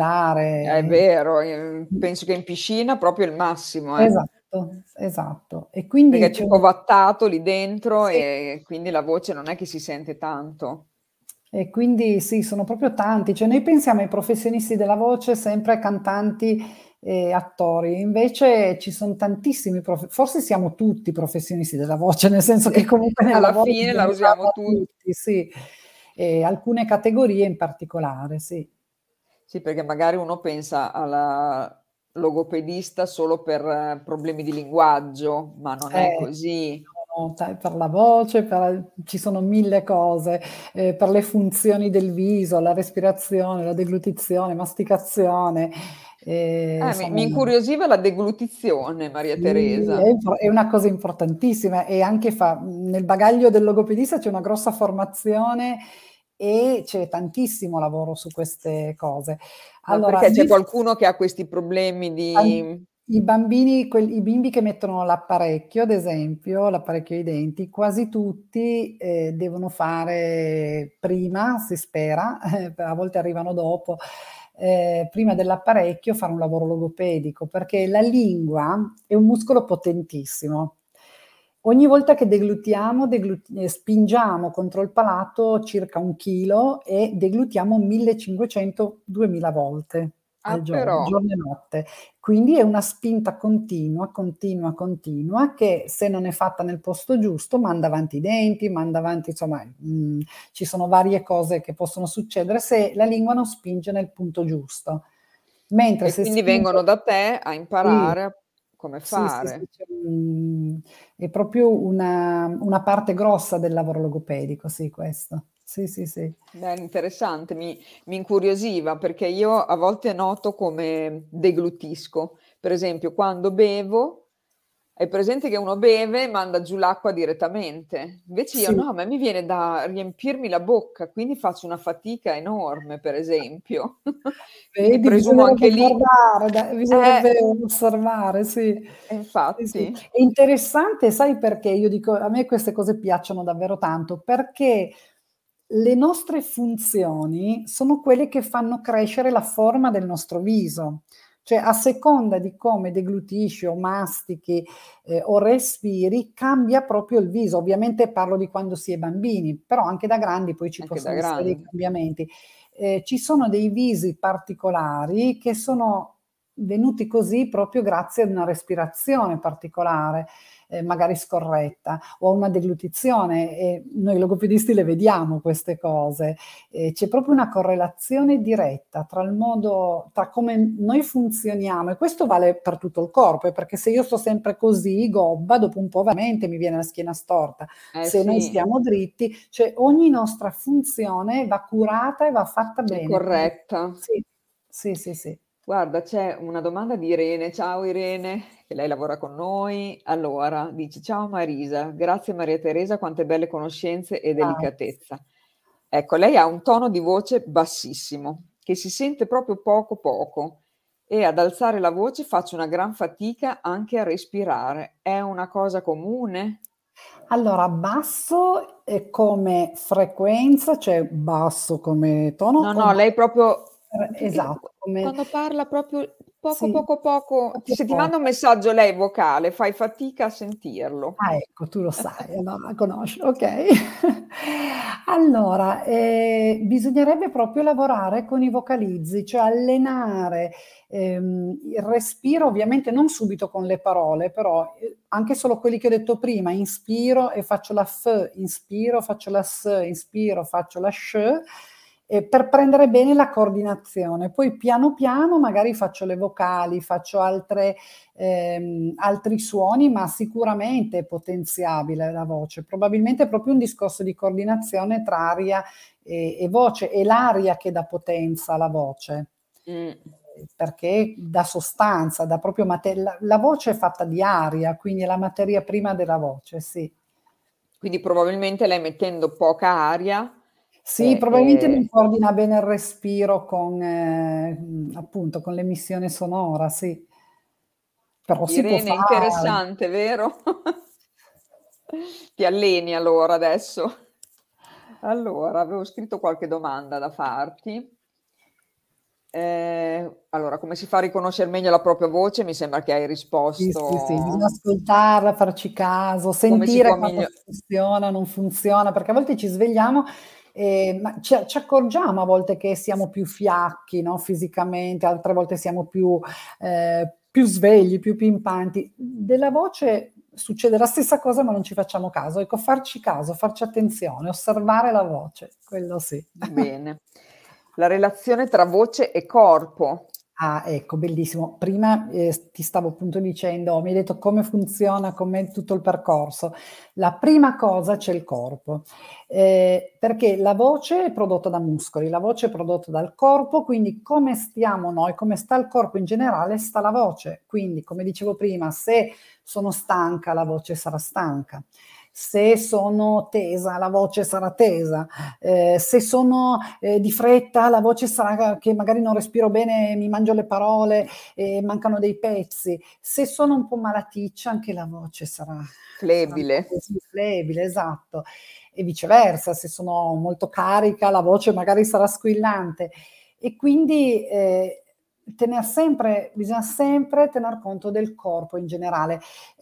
È strillare. vero, ehm, penso che in piscina proprio il massimo, eh. Esatto, esatto. E Perché quindi è c'è tutto un ovattato lì dentro Sì. e quindi la voce non è che si sente tanto. E quindi sì, sono proprio tanti. Cioè noi pensiamo ai professionisti della voce sempre cantanti e attori, invece ci son tantissimi prof forse siamo tutti professionisti della voce, nel senso che Sì, comunque nel alla lavoro fine la dobbiamo usiamo usarla tu tutti, sì. E alcune categorie in particolare, sì. Sì, perché magari uno pensa alla logopedista solo per problemi di linguaggio, ma non è Eh, così. no, ceh per la voce, per ci sono mille cose, ehm, per le funzioni del viso, la respirazione, la deglutizione, masticazione, ehm, Eh, mi mi insomma incuriosiva la deglutizione, Maria Sì, è Teresa. impor è una cosa importantissima e anche fa mhmm, nel bagaglio del logopedista c'è una grossa formazione e c'è tantissimo lavoro su queste cose. Ma Allora perché c'è noi qualcuno che ha questi problemi Tan di i bambini quelli i bimbi che mettono l'apparecchio, ad esempio, l'apparecchio ai denti, quasi tutti, ehm, devono fare prima, si spera, a volte arrivano dopo, ehm, prima dell'apparecchio fare un lavoro logopedico, perché la lingua è un muscolo potentissimo. Ogni volta che deglutiamo, deglut ehm, spingiamo contro il palato circa un chilo e deglutiamo millecinquecento duemila volte. Ah al giorno, però. giorno e notte. Quindi è una spinta continua, continua, continua che se non è fatta nel posto giusto manda avanti i denti, manda avanti insomma, mhmm, ci sono varie cose che possono succedere se la lingua non spinge nel punto giusto. Mentre E se quindi spinge vengono da te a sì. imparare come Sì, sì, sì, fare. c'è un è proprio una una parte grossa del lavoro logopedico, sì, questo. Sì, sì, sì. Beh, interessante, mi mi incuriosiva perché io a volte noto come deglutisco. Per esempio quando bevo, hai presente che uno beve e manda giù l'acqua direttamente? Invece io Sì. no, a me mi viene da riempirmi la bocca, quindi faccio una fatica enorme, per esempio. Quindi Vedi, presumo bisognerebbe anche lì guardare, da eh. bisognerebbe osservare, sì. E Sì, sì. infatti. È interessante, sai perché io dico a me queste cose piacciono davvero tanto, perché le nostre funzioni sono quelle che fanno crescere la forma del nostro viso. Cioè, a seconda di come deglutisci o mastichi, ehm, o respiri, cambia proprio il viso. Ovviamente parlo di quando si è bambini, però anche da grandi poi ci Anche da possono essere dei grandi. cambiamenti. Ehm, ci sono dei visi particolari che sono venuti così proprio grazie ad una respirazione particolare, ehm, magari scorretta o a una deglutizione e noi logopedisti le vediamo queste cose. Ehm, c'è proprio una correlazione diretta tra il modo tra come noi funzioniamo e questo vale per tutto il corpo, eh, perché se io sto sempre così, gobba, dopo un po' veramente mi viene la schiena storta. Eh Se noi sì. stiamo dritti, cioè ogni nostra funzione va curata e va fatta È bene. Quindi corretta. sì, sì, sì, sì. Guarda, c'è una domanda di Irene. Ciao Irene, che lei lavora con noi. Allora, dice: "Ciao Marisa, grazie Maria Teresa, quante belle conoscenze e Ah. delicatezza." Ecco, lei ha un tono di voce bassissimo, che si sente proprio poco, poco, e ad alzare la voce faccio una gran fatica anche a respirare. È una cosa comune? Allora, basso, ehm, come frequenza, cioè basso come tono No, o no, ba lei proprio r più che esatto, come quando parla proprio poco, sì, poco, poco poco, se ti manda un poco. messaggio lei vocale, fai fatica a sentirlo. Ah, ecco, tu lo sai, allora la conosci, okay. Allora, ehm, bisognerebbe proprio lavorare con i vocalizzi, cioè allenare, ehm, il respiro, ovviamente non subito con le parole, però, ehm, anche solo quelli che ho detto prima, inspiro e faccio la F, inspiro, faccio la S, inspiro, faccio la SH, ehm, per prendere bene la coordinazione. Poi piano piano magari faccio le vocali, faccio altre ehm, altri suoni, ma sicuramente è potenziabile la voce. Probabilmente è proprio un discorso di coordinazione tra aria e e voce, è l'aria che dà potenza alla voce, Mh. ehm, perché dà sostanza, dà proprio mate la la voce è fatta di aria, quindi è la materia prima della voce, sì. Quindi probabilmente lei mettendo poca aria, Sì, eh, probabilmente ehm non coordina bene il respiro con mhmm, appunto, con l'emissione sonora, sì. Però si può Irene, fare. interessante, vero? Ti alleni allora adesso. Allora, avevo scritto qualche domanda da farti. Ehm, allora, come si fa a riconoscer meglio la propria voce? Mi sembra che hai Sì, sì, sì, bisogna risposto. ascoltarla, farci caso, Come si sentire può quando miglio funziona, non funziona, perché a volte ci svegliamo, ehm, ma ci a ci accorgiamo a volte che siamo più fiacchi, no, fisicamente, altre volte siamo più ehm, più svegli, più pimpanti. Della voce succede la stessa cosa, ma non ci facciamo caso. Ecco, farci caso, farci attenzione, osservare la voce, quello sì. bene. La relazione tra voce e corpo. Ah, ecco, bellissimo. Prima, ehm, s ti stavo appunto dicendo mi hai detto come funziona, com'è tutto il percorso. La prima cosa c'è il corpo, ehm, perché la voce è prodotta da muscoli, la voce è prodotta dal corpo, quindi come stiamo noi, come sta il corpo in generale, sta la voce. Quindi, come dicevo prima, se sono stanca, la voce sarà stanca. Se sono tesa, la voce sarà tesa. Ehm, se sono, ehm, di fretta, la voce sarà che magari non respiro bene, mi mangio le parole e mancano dei pezzi. Se sono un po' malaticcia, anche la voce sarà sarà un po' Flebile. così, flebile, esatto. E viceversa, se sono molto carica, la voce magari sarà squillante. E quindi, ehm, tener sempre bisogna sempre tener conto del corpo in generale.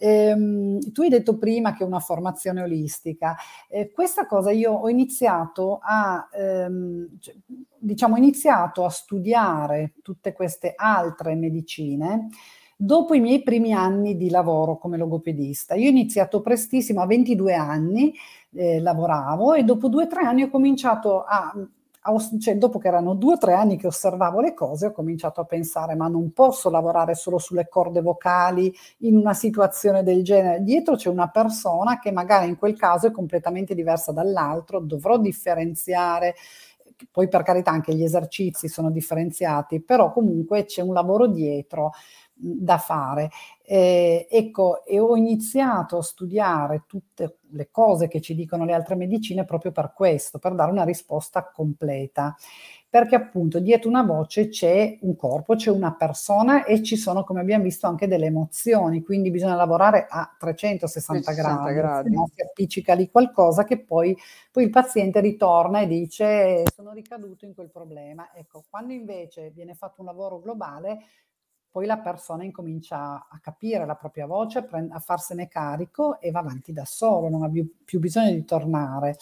Ehm, tu hai detto prima che è una formazione olistica. Ehm, questa cosa io ho iniziato a ehm, cioè, diciamo, ho iniziato a studiare tutte queste altre medicine dopo i miei primi anni di lavoro come logopedista. Io ho iniziato prestissimo, a ventidue anni, ehm, lavoravo e dopo due, tre anni ho cominciato a a os cioè dopo che erano due o tre anni che osservavo le cose, ho cominciato a pensare: "Ma non posso lavorare solo sulle corde vocali in una situazione del genere. Dietro c'è una persona che magari in quel caso è completamente diversa dall'altro, dovrò differenziare". Poi per carità anche gli esercizi sono differenziati, però comunque c'è un lavoro dietro, mhmm, da fare. Ehm, ecco, e ho iniziato a studiare tutte le cose che ci dicono le altre medicine proprio per questo, per dare una risposta completa. Perché appunto dietro una voce c'è un corpo, c'è una persona e ci sono, come abbiam visto, anche delle emozioni, quindi bisogna lavorare a trecentosessanta trecentosessanta gradi, se gradi. no si appiccica lì qualcosa che poi poi il paziente ritorna e dice: "Sono ricaduto in quel problema". Ecco, quando invece viene fatto un lavoro globale, poi la persona incomincia a capire la propria voce, a pren a farsene carico e va avanti da solo, non ha più più bisogno di tornare.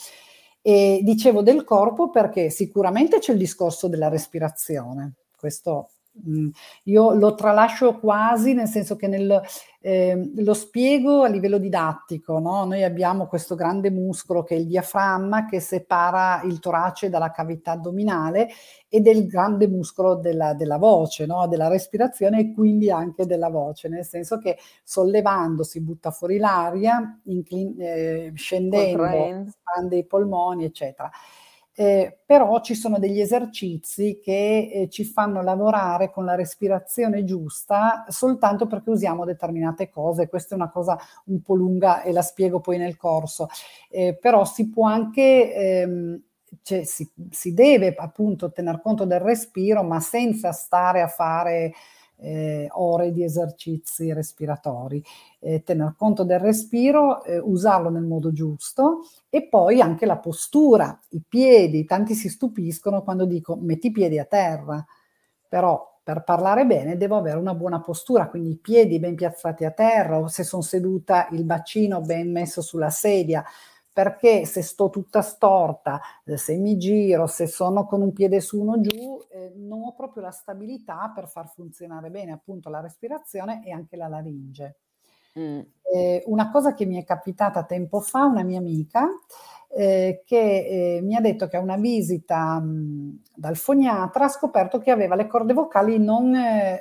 E dicevo del corpo perché sicuramente c'è il discorso della respirazione. Questo, mhmm, io lo tralascio quasi, nel senso che nel ehm, lo spiego a livello didattico, no, noi abbiamo questo grande muscolo che è il diaframma, che separa il torace dalla cavità addominale ed è il grande muscolo della della voce, no, della respirazione e quindi anche della voce, nel senso che sollevando si butta fuori l'aria, inclin ehm, scendendo Contraendo. espande i polmoni, eccetera. Ehm, però ci sono degli esercizi che, ehm, ci fanno lavorare con la respirazione giusta soltanto perché usiamo determinate cose. Questa è una cosa un po' lunga e la spiego poi nel corso. Ehm, però si può anche ehm, cioè si si deve appunto tener conto del respiro, ma senza stare a fare, ehm, ore di esercizi respiratori. Ehm, tener conto del respiro, ehm, usarlo nel modo giusto e poi anche la postura, i piedi. Tanti si stupiscono quando dico: "Metti i piedi a terra", però per parlare bene devo avere una buona postura, quindi i piedi ben piazzati a terra o se son seduta il bacino ben messo sulla sedia, perché se sto tutta storta, ehm, se mi giro, se sono con un piede su, uno giù, ehm, non ho proprio la stabilità per far funzionare bene appunto la respirazione e anche la laringe. Mh. Ehm, una cosa che mi è capitata tempo fa, una mia amica, ehm, che, ehm, mi ha detto che a una visita, mhmm, dal foniatra ha scoperto che aveva le corde vocali non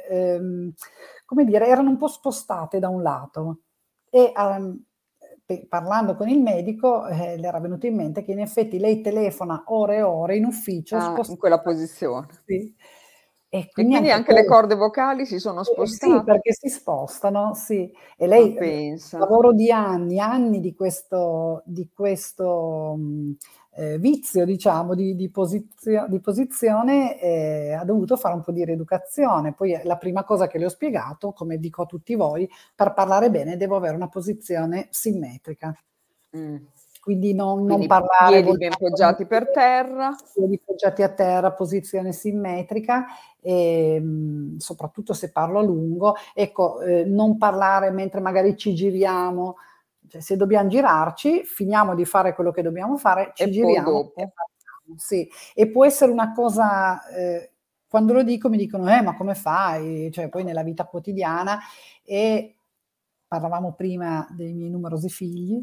ehm, come dire, erano un po' spostate da un lato e, uhm, pe parlando con il medico, eh, le era venuto in mente che in effetti lei telefona ore e ore in ufficio Ah, in quella spostata posizione. sì. E E quindi quindi anche anche le ques corde vocali si sono eh, sì, spostate? perché si spostano, sì. E Ma lei, uhm, pensa. lavoro di anni, anni di questo di questo, mhmm, ehm, vizio diciamo di di posizio di posizione, ehm, ha dovuto fare un po' di rieducazione. Poi è la prima cosa che le ho spiegato, come dico a tutti voi: per parlare bene devo avere una posizione simmetrica. Mh. Quindi non non Quindi parlare piedi ben voltato poggiati per terra. piedi poggiati a terra, posizione simmetrica, ehm, soprattutto se parlo a lungo. Ecco, ehm, non parlare mentre magari ci giriamo, cioè se dobbiam girarci, finiamo di fare quello che dobbiamo fare, E ci poi giriamo e dopo? parliamo, sì. E può essere una cosa ehm, quando lo dico mi dicono: "Eh, ma come fai?" Cioè poi nella vita quotidiana e parlavamo prima dei miei numerosi figli.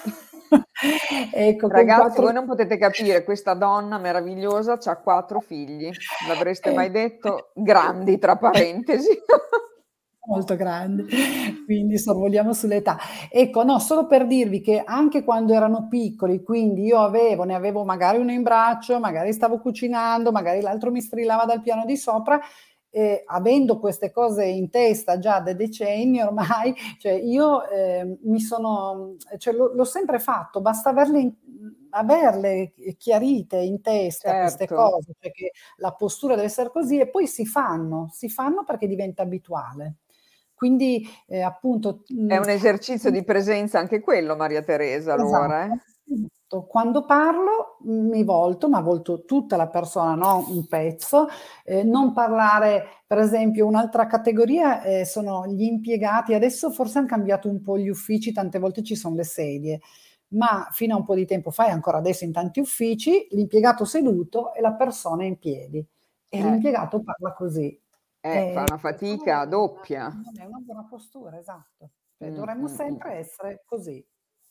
Ecco, con Ragazzi, quattro voi non potete capire, questa donna meravigliosa c'ha quattro figli. L'avreste Eh. mai detto? Grandi tra parentesi. Molto grandi, quindi sorvoliamo sull'età. Ecco, no, solo per dirvi che anche quando erano piccoli, quindi io avevo ne avevo magari uno in braccio, magari stavo cucinando, magari l'altro mi strillava dal piano di sopra, e avendo queste cose in testa già da decenni ormai, cioè io, ehm, mi sono cioè l'ho l'ho sempre fatto, basta averle in mhmm, averle chiarite in testa queste Certo. cose, cioè che la postura deve essere così e poi si fanno, si fanno perché diventa abituale. Quindi, ehm, appunto, È mhmm un esercizio di presenza anche quello, Maria Teresa, allora, Esatto. eh. Esatto. Quando parlo mi volto, ma volto tutta la persona, non un pezzo. Ehm, non parlare per esempio un'altra categoria, ehm, sono gli impiegati. Adesso forse han cambiato un po' gli uffici, tante volte ci son le sedie, ma fino a un po' di tempo fa, e ancora adesso in tanti uffici, l'impiegato seduto e la persona in piedi. E Eh. l'impiegato parla così. Eh, fa E una questo fatica doppia. non è una buona postura, esatto. ceh Mh, dovremmo mh, mh. sempre essere così.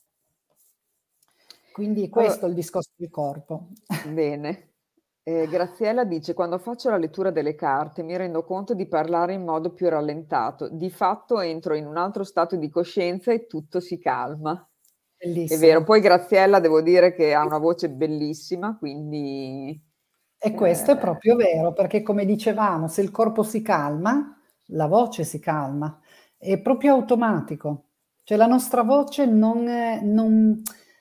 Quindi Allo questo è il discorso del corpo. Bene. Ehm, Graziella dice: "Quando faccio la lettura delle carte mi rendo conto di parlare in modo più rallentato. Di fatto entro in un altro stato di coscienza e tutto si calma." È vero, Bellissimo. poi Graziella devo dire che ha una voce bellissima, quindi, E questo è ehm proprio vero, perché come dicevamo, se il corpo si calma, la voce si calma. È proprio automatico. ceh la nostra voce non non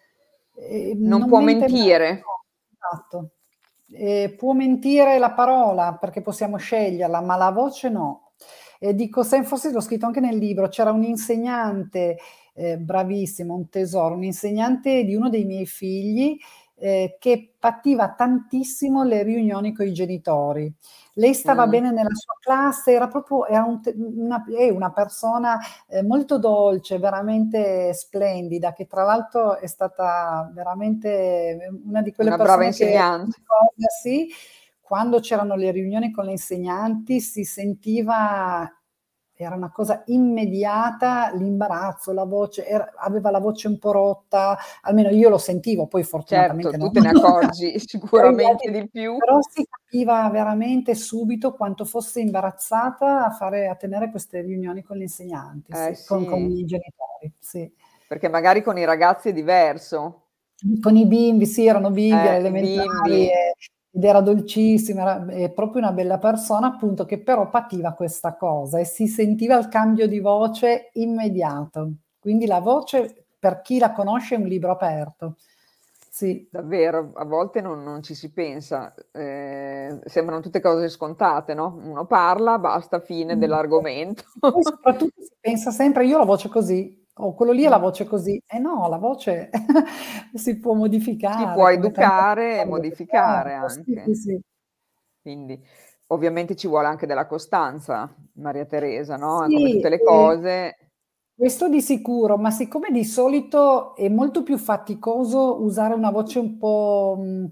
ehm, Non non può mente mai, mentire. no, esatto. Ehm, può mentire la parola, perché possiamo sceglierla, ma la voce no. E dico sem forse l'ho scritto anche nel libro, c'era un insegnante, ehm, bravissimo, un tesoro, un insegnante di uno dei miei figli, ehm, che pativa tantissimo le riunioni coi genitori. Lei stava Mh. bene nella sua classe, era propo era un t u una è una persona, ehm, molto dolce, veramente splendida, che tra l'altro è stata veramente una di quelle Una brava persone che insegnante. sì, quando c'erano le riunioni con le insegnanti si sentiva era una cosa immediata, l'imbarazzo, la voce, era aveva la voce un po' rotta, almeno io lo sentivo, poi Certo, fortunatamente tu no. te ne accorgi Magari gli altri sicuramente di più. però si capiva veramente subito quanto fosse imbarazzata a fare a tenere queste riunioni con gli insegnanti, Eh sì, con con sì. i genitori, sì. Perché magari con i ragazzi è diverso. Con i bimbi, sì, erano bimbi alle Eh, i elementari, bimbi. e ed era dolcissima, era è proprio una bella persona, appunto, che però pativa questa cosa e si sentiva il cambio di voce immediato. Quindi la voce, per chi la conosce, è un libro aperto. Sì. Davvero, a volte non non ci si pensa. Ehm, sembrano tutte cose scontate, no, uno parla, basta, fine dell'argomento. Poi soprattutto si pensa sempre: "Io ho la voce così", o "Quello lì ha la Mh. voce così". Eh no, la voce si può Si modificare può come tante educare e modificare certo, sì, sì, anche. sì. Quindi, ovviamente ci vuole anche della costanza, Maria Teresa, no, come Sì, tutte le ehm, cose. questo di sicuro, ma siccome di solito è molto più faticoso usare una voce un po', mhmm,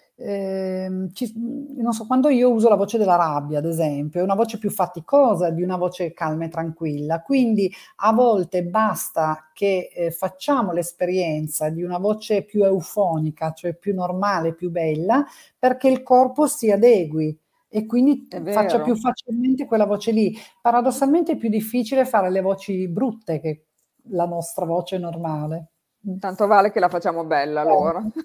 ehm, ci s mhmm, non so, quando io uso la voce della rabbia, ad esempio, è una voce più faticosa di una voce calma e tranquilla, quindi a volte basta che, ehm, facciamo l'esperienza di una voce più eufonica, cioè più normale, più bella, perché il corpo si adegui e quindi È t faccia più vero. facilmente quella voce lì. Paradossalmente è più difficile fare le voci brutte che la nostra voce normale. Mh. Tanto vale che la facciamo bella allora. Certo.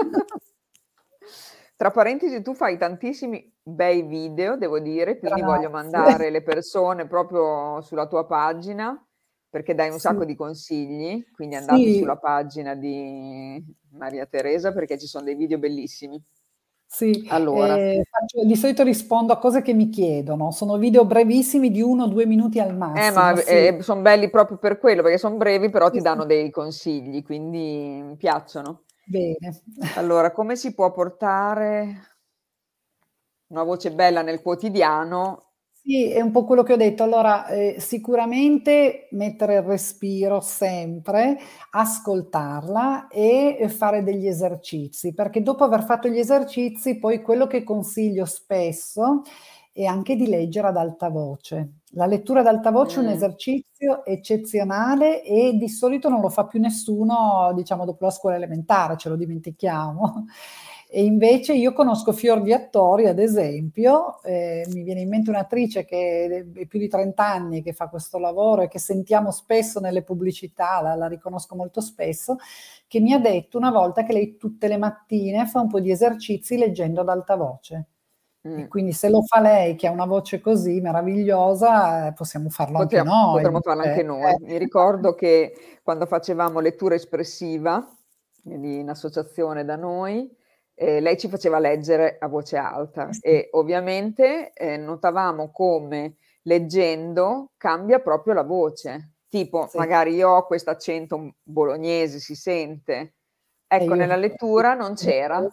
Tra parentesi, tu fai tantissimi bei video, devo dire, quindi voglio Grazie. mandare le persone proprio sulla tua pagina, perché dai un sacco Sì. di consigli, quindi andate Sì. sulla pagina di Maria Teresa perché ci son dei video bellissimi. Sì, Allora ehm, faccio di solito rispondo a cose che mi chiedono. Sono video brevissimi di uno o due minuti al Eh, ma massimo, v sì. ehm, son belli proprio per quello, perché son brevi, però Sì, ti sì. danno dei consigli, quindi mi piacciono. Bene. Allora, come si può portare una voce bella nel quotidiano? Sì, è un po' quello che ho detto. Allora, ehm, sicuramente mettere il respiro sempre, ascoltarla e fare degli esercizi, perché dopo aver fatto gli esercizi poi quello che consiglio spesso è anche di leggere ad alta voce. La lettura ad alta voce è un Mh. esercizio eccezionale e di solito non lo fa più nessuno, diciamo, dopo la scuola elementare, ce lo dimentichiamo. E invece io conosco fior di attori, ad esempio, ehm, mi viene in mente un'attrice che è più di trent anni che fa questo lavoro e che sentiamo spesso nelle pubblicità, la la riconosco molto spesso, che mi ha detto una volta che lei tutte le mattine fa un po' di esercizi leggendo ad alta voce. E Mh. quindi se lo fa lei che ha una voce così meravigliosa, ehm, possiamo farlo anche Potia noi. potremmo farlo Cioè, anche noi. eh. Mi ricordo che quando facevamo lettura espressiva, lì in associazione da noi, ehm, lei ci faceva leggere a voce Eh alta sì. e ovviamente, ehm, notavamo come leggendo cambia proprio la voce. Tipo, Sì. magari io ho quest'accento, mhmm, bolognese, si sente. E Ecco, io nella lettura non c'era.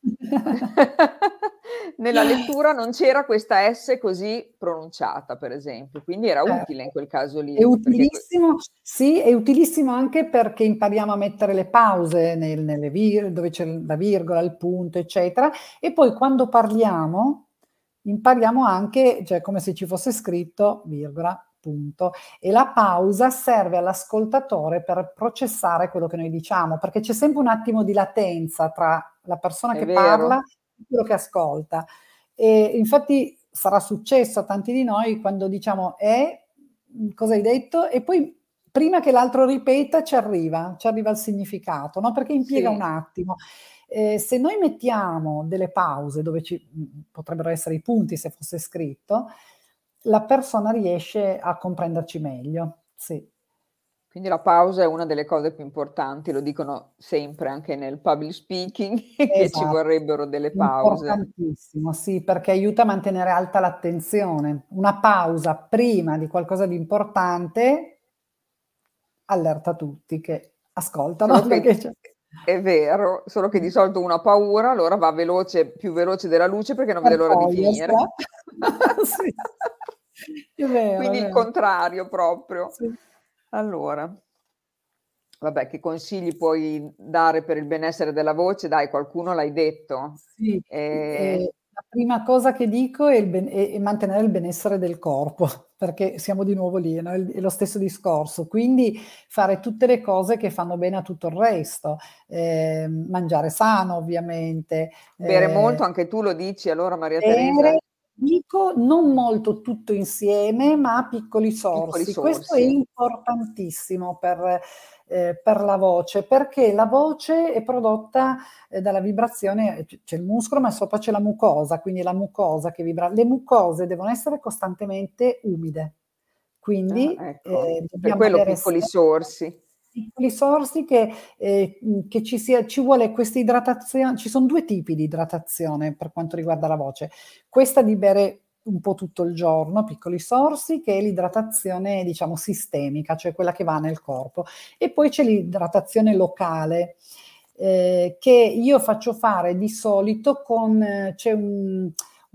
Nella lettura non c'era questa S così pronunciata, per esempio, quindi era utile in Certo. quel caso È lì, perché que utilissimo sì, è utilissimo anche perché impariamo a mettere le pause nel nelle vir dove c'è l la virgola, il punto, eccetera, e poi quando parliamo impariamo anche cioè come se ci fosse scritto virgola, punto, e la pausa serve all'ascoltatore per processare quello che noi diciamo, perché c'è sempre un attimo di latenza tra la persona È che parla vero. e quello che ascolta. E infatti sarà successo a tanti di noi quando diciamo: "Eh? Mhmm, cosa hai detto?" E poi prima che l'altro ripeta ci arriva, ci arriva il significato, no, perché impiega un Sì. attimo. Ehm, se noi mettiamo delle pause dove ci mhmm, potrebbero essere i punti se fosse scritto, la persona riesce a comprenderci meglio. Sì. Quindi la pausa è una delle cose più importanti, lo dicono sempre anche nel public speaking che ci Esatto. vorrebbero delle pause. Importantissimo, sì, perché aiuta a mantenere alta l'attenzione. Una pausa prima di qualcosa di importante allerta tutti che ascoltano Solo perché che c'è è vero, solo che di solito uno ha paura, allora va veloce più veloce della luce perché non Per vede l'ora di finire. togliersela. Sì. È vero, è Quindi il vero. contrario proprio. Sì. Allora vabbè, che consigli puoi dare per il benessere della voce? Dai, qualcuno l'hai detto. Sì, ehm, Ehm la prima cosa che dico è il ben è è mantenere il benessere del corpo, perché siamo di nuovo lì, no, è l è lo stesso discorso. Quindi fare tutte le cose che fanno bene a tutto il resto, ehm, mangiare sano ovviamente, Bere ehm molto, anche tu lo dici allora Maria Teresa? bere dico non molto tutto insieme, ma a piccoli Piccoli sorsi. Questo è sorsi. importantissimo per ehm, per la voce, perché la voce è prodotta, ehm, dalla vibrazione c c'è il muscolo, ma sopra c'è la mucosa, quindi la mucosa che vibra. Le mucose devono essere costantemente umide, Ah, quindi, ecco, ehm, per dobbiamo quello avere piccoli sempre sorsi. piccoli sorsi che ehm, mhmm, che ci sia ci vuole questa idratazio ci son due tipi di idratazione per quanto riguarda la voce. Questa di bere un po' tutto il giorno, piccoli sorsi, che è l'idratazione diciamo sistemica, cioè quella che va nel corpo. E poi c'è l'idratazione locale, ehm, che io faccio fare di solito con c'è un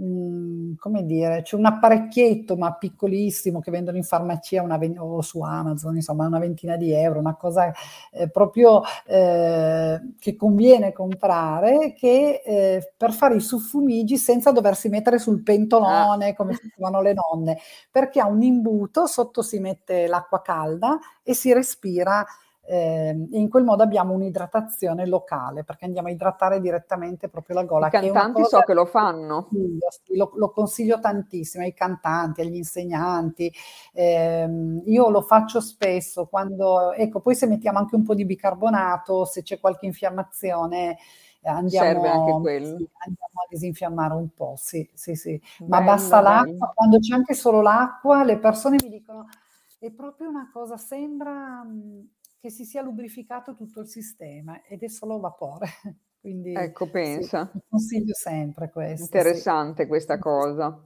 un come dire, c'è un apparecchietto, ma piccolissimo, che vendono in farmacia una ven o su Amazon, insomma una ventina di euro, una cosa, ehm, proprio, ehm, che conviene comprare, che, ehm, per fare i suffumigi senza doversi mettere sul Ah. pentolone come facevano le nonne, perché ha un imbuto, sotto si mette l'acqua calda e si respira, ehm, e in quel modo abbiamo un'idratazione locale, perché andiamo a idratare direttamente proprio la I gola, che è una cantanti cosa so che lo che fanno. consiglio, sì, lo lo consiglio tantissimo ai cantanti, agli insegnanti. Ehm, io lo faccio spesso quando ecco, poi se mettiamo anche un po' di bicarbonato, se c'è qualche infiammazione, ehm, Serve anche andiamo quello. sì, andiamo a disinfiammare un po', sì, sì, sì. Ma basta Bello, l'acqua, bello. quando c'è anche solo l'acqua, le persone mi dicono: "È proprio una cosa sembra, mhmm, che si sia lubrificato tutto il sistema", ed è solo vapore. Quindi Ecco, sì, pensa. lo consiglio sempre questo, sì. Interessante questa Sì, sì, sì. cosa.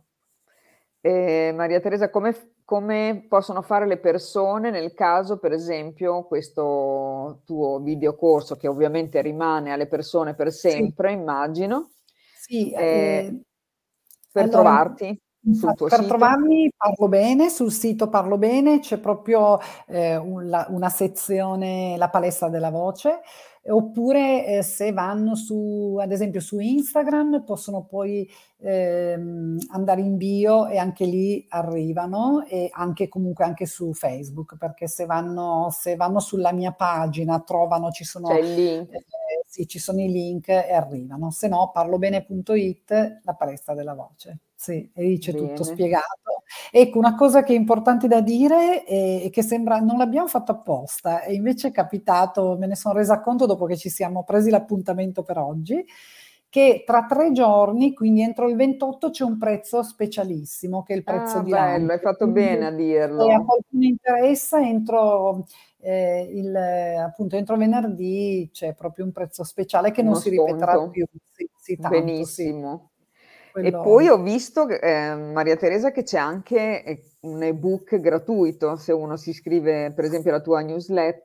Ehm, Maria Teresa, come f come possono fare le persone nel caso, per esempio, questo tuo videocorso, che ovviamente rimane alle persone per Sì. sempre immagino, Sì, a ehm, ehm, per allora in trovarti infa sul tuo per sito? trovarmi Parlo Bene, sul sito Parlo Bene c'è proprio, ehm, un la una sezione la palestra della voce, oppure, ehm, se vanno su ad esempio su Instagram possono poi, ehm, andare in bio e anche lì arrivano, e anche comunque anche su Facebook, perché se vanno se vanno sulla mia pagina trovano ci C'è sono il ehm, link. sì, ci sono i link e arrivano. Se no parlobene punto it, la palestra della voce. Sì, e lì c'è tutto Bene. spiegato. Ecco, una cosa che è importante da dire, e e che sembra non l'abbiamo fatto apposta, e invece è capitato, me ne son resa conto dopo che ci siamo presi l'appuntamento per oggi, che tra tre giorni, quindi entro il ventotto, c'è un prezzo specialissimo, che è il prezzo Ah, di bello, hai lancio. fatto bene Quindi a se a dirlo. qualcuno interessa entro ehm, il appunto entro venerdì c'è proprio un prezzo speciale che non Uno si ripeterà sconto. più. Sì, sì, tanto, sì. Benissimo. E poi Quello ho visto che ehm, Maria Teresa, che c'è anche, ehm, un ebook gratuito se uno si iscrive per esempio alla tua newsletter.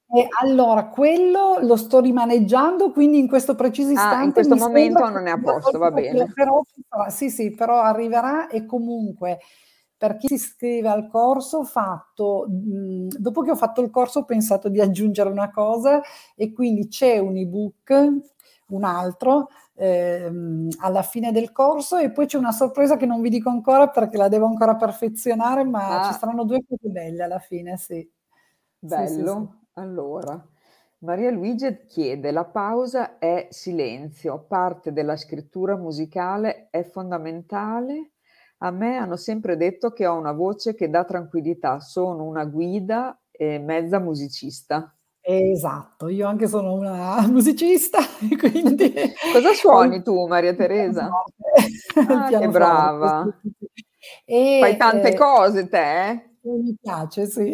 E allora quello lo sto rimaneggiando, quindi in questo preciso Ah, in istante questo mi sembra momento che non è a sia posto, va pronto, bene. però ci sarà. Sì, sì, però arriverà e comunque per chi si iscrive al corso ho fatto mhmm, dopo che ho fatto il corso ho pensato di aggiungere una cosa e quindi c'è un ebook, un altro, ehm, alla fine del corso e poi c'è una sorpresa che non vi dico ancora perché la devo ancora perfezionare, ma ci Ah. saranno due cose belle alla fine, sì. Sì, sì, sì. Bello. Allora, Maria Luigia chiede: "La pausa è silenzio, parte della scrittura musicale, è fondamentale? A me hanno sempre detto che ho una voce che dà tranquillità, sono una guida e mezza musicista." Esatto, io anche sono una musicista e quindi Cosa ho il suoni tu, Maria il Teresa? pianoforte, il Ah, che pianoforte, sì, brava. sì, sì. Fai E, tante ehm cose te? Sì, mi piace, sì.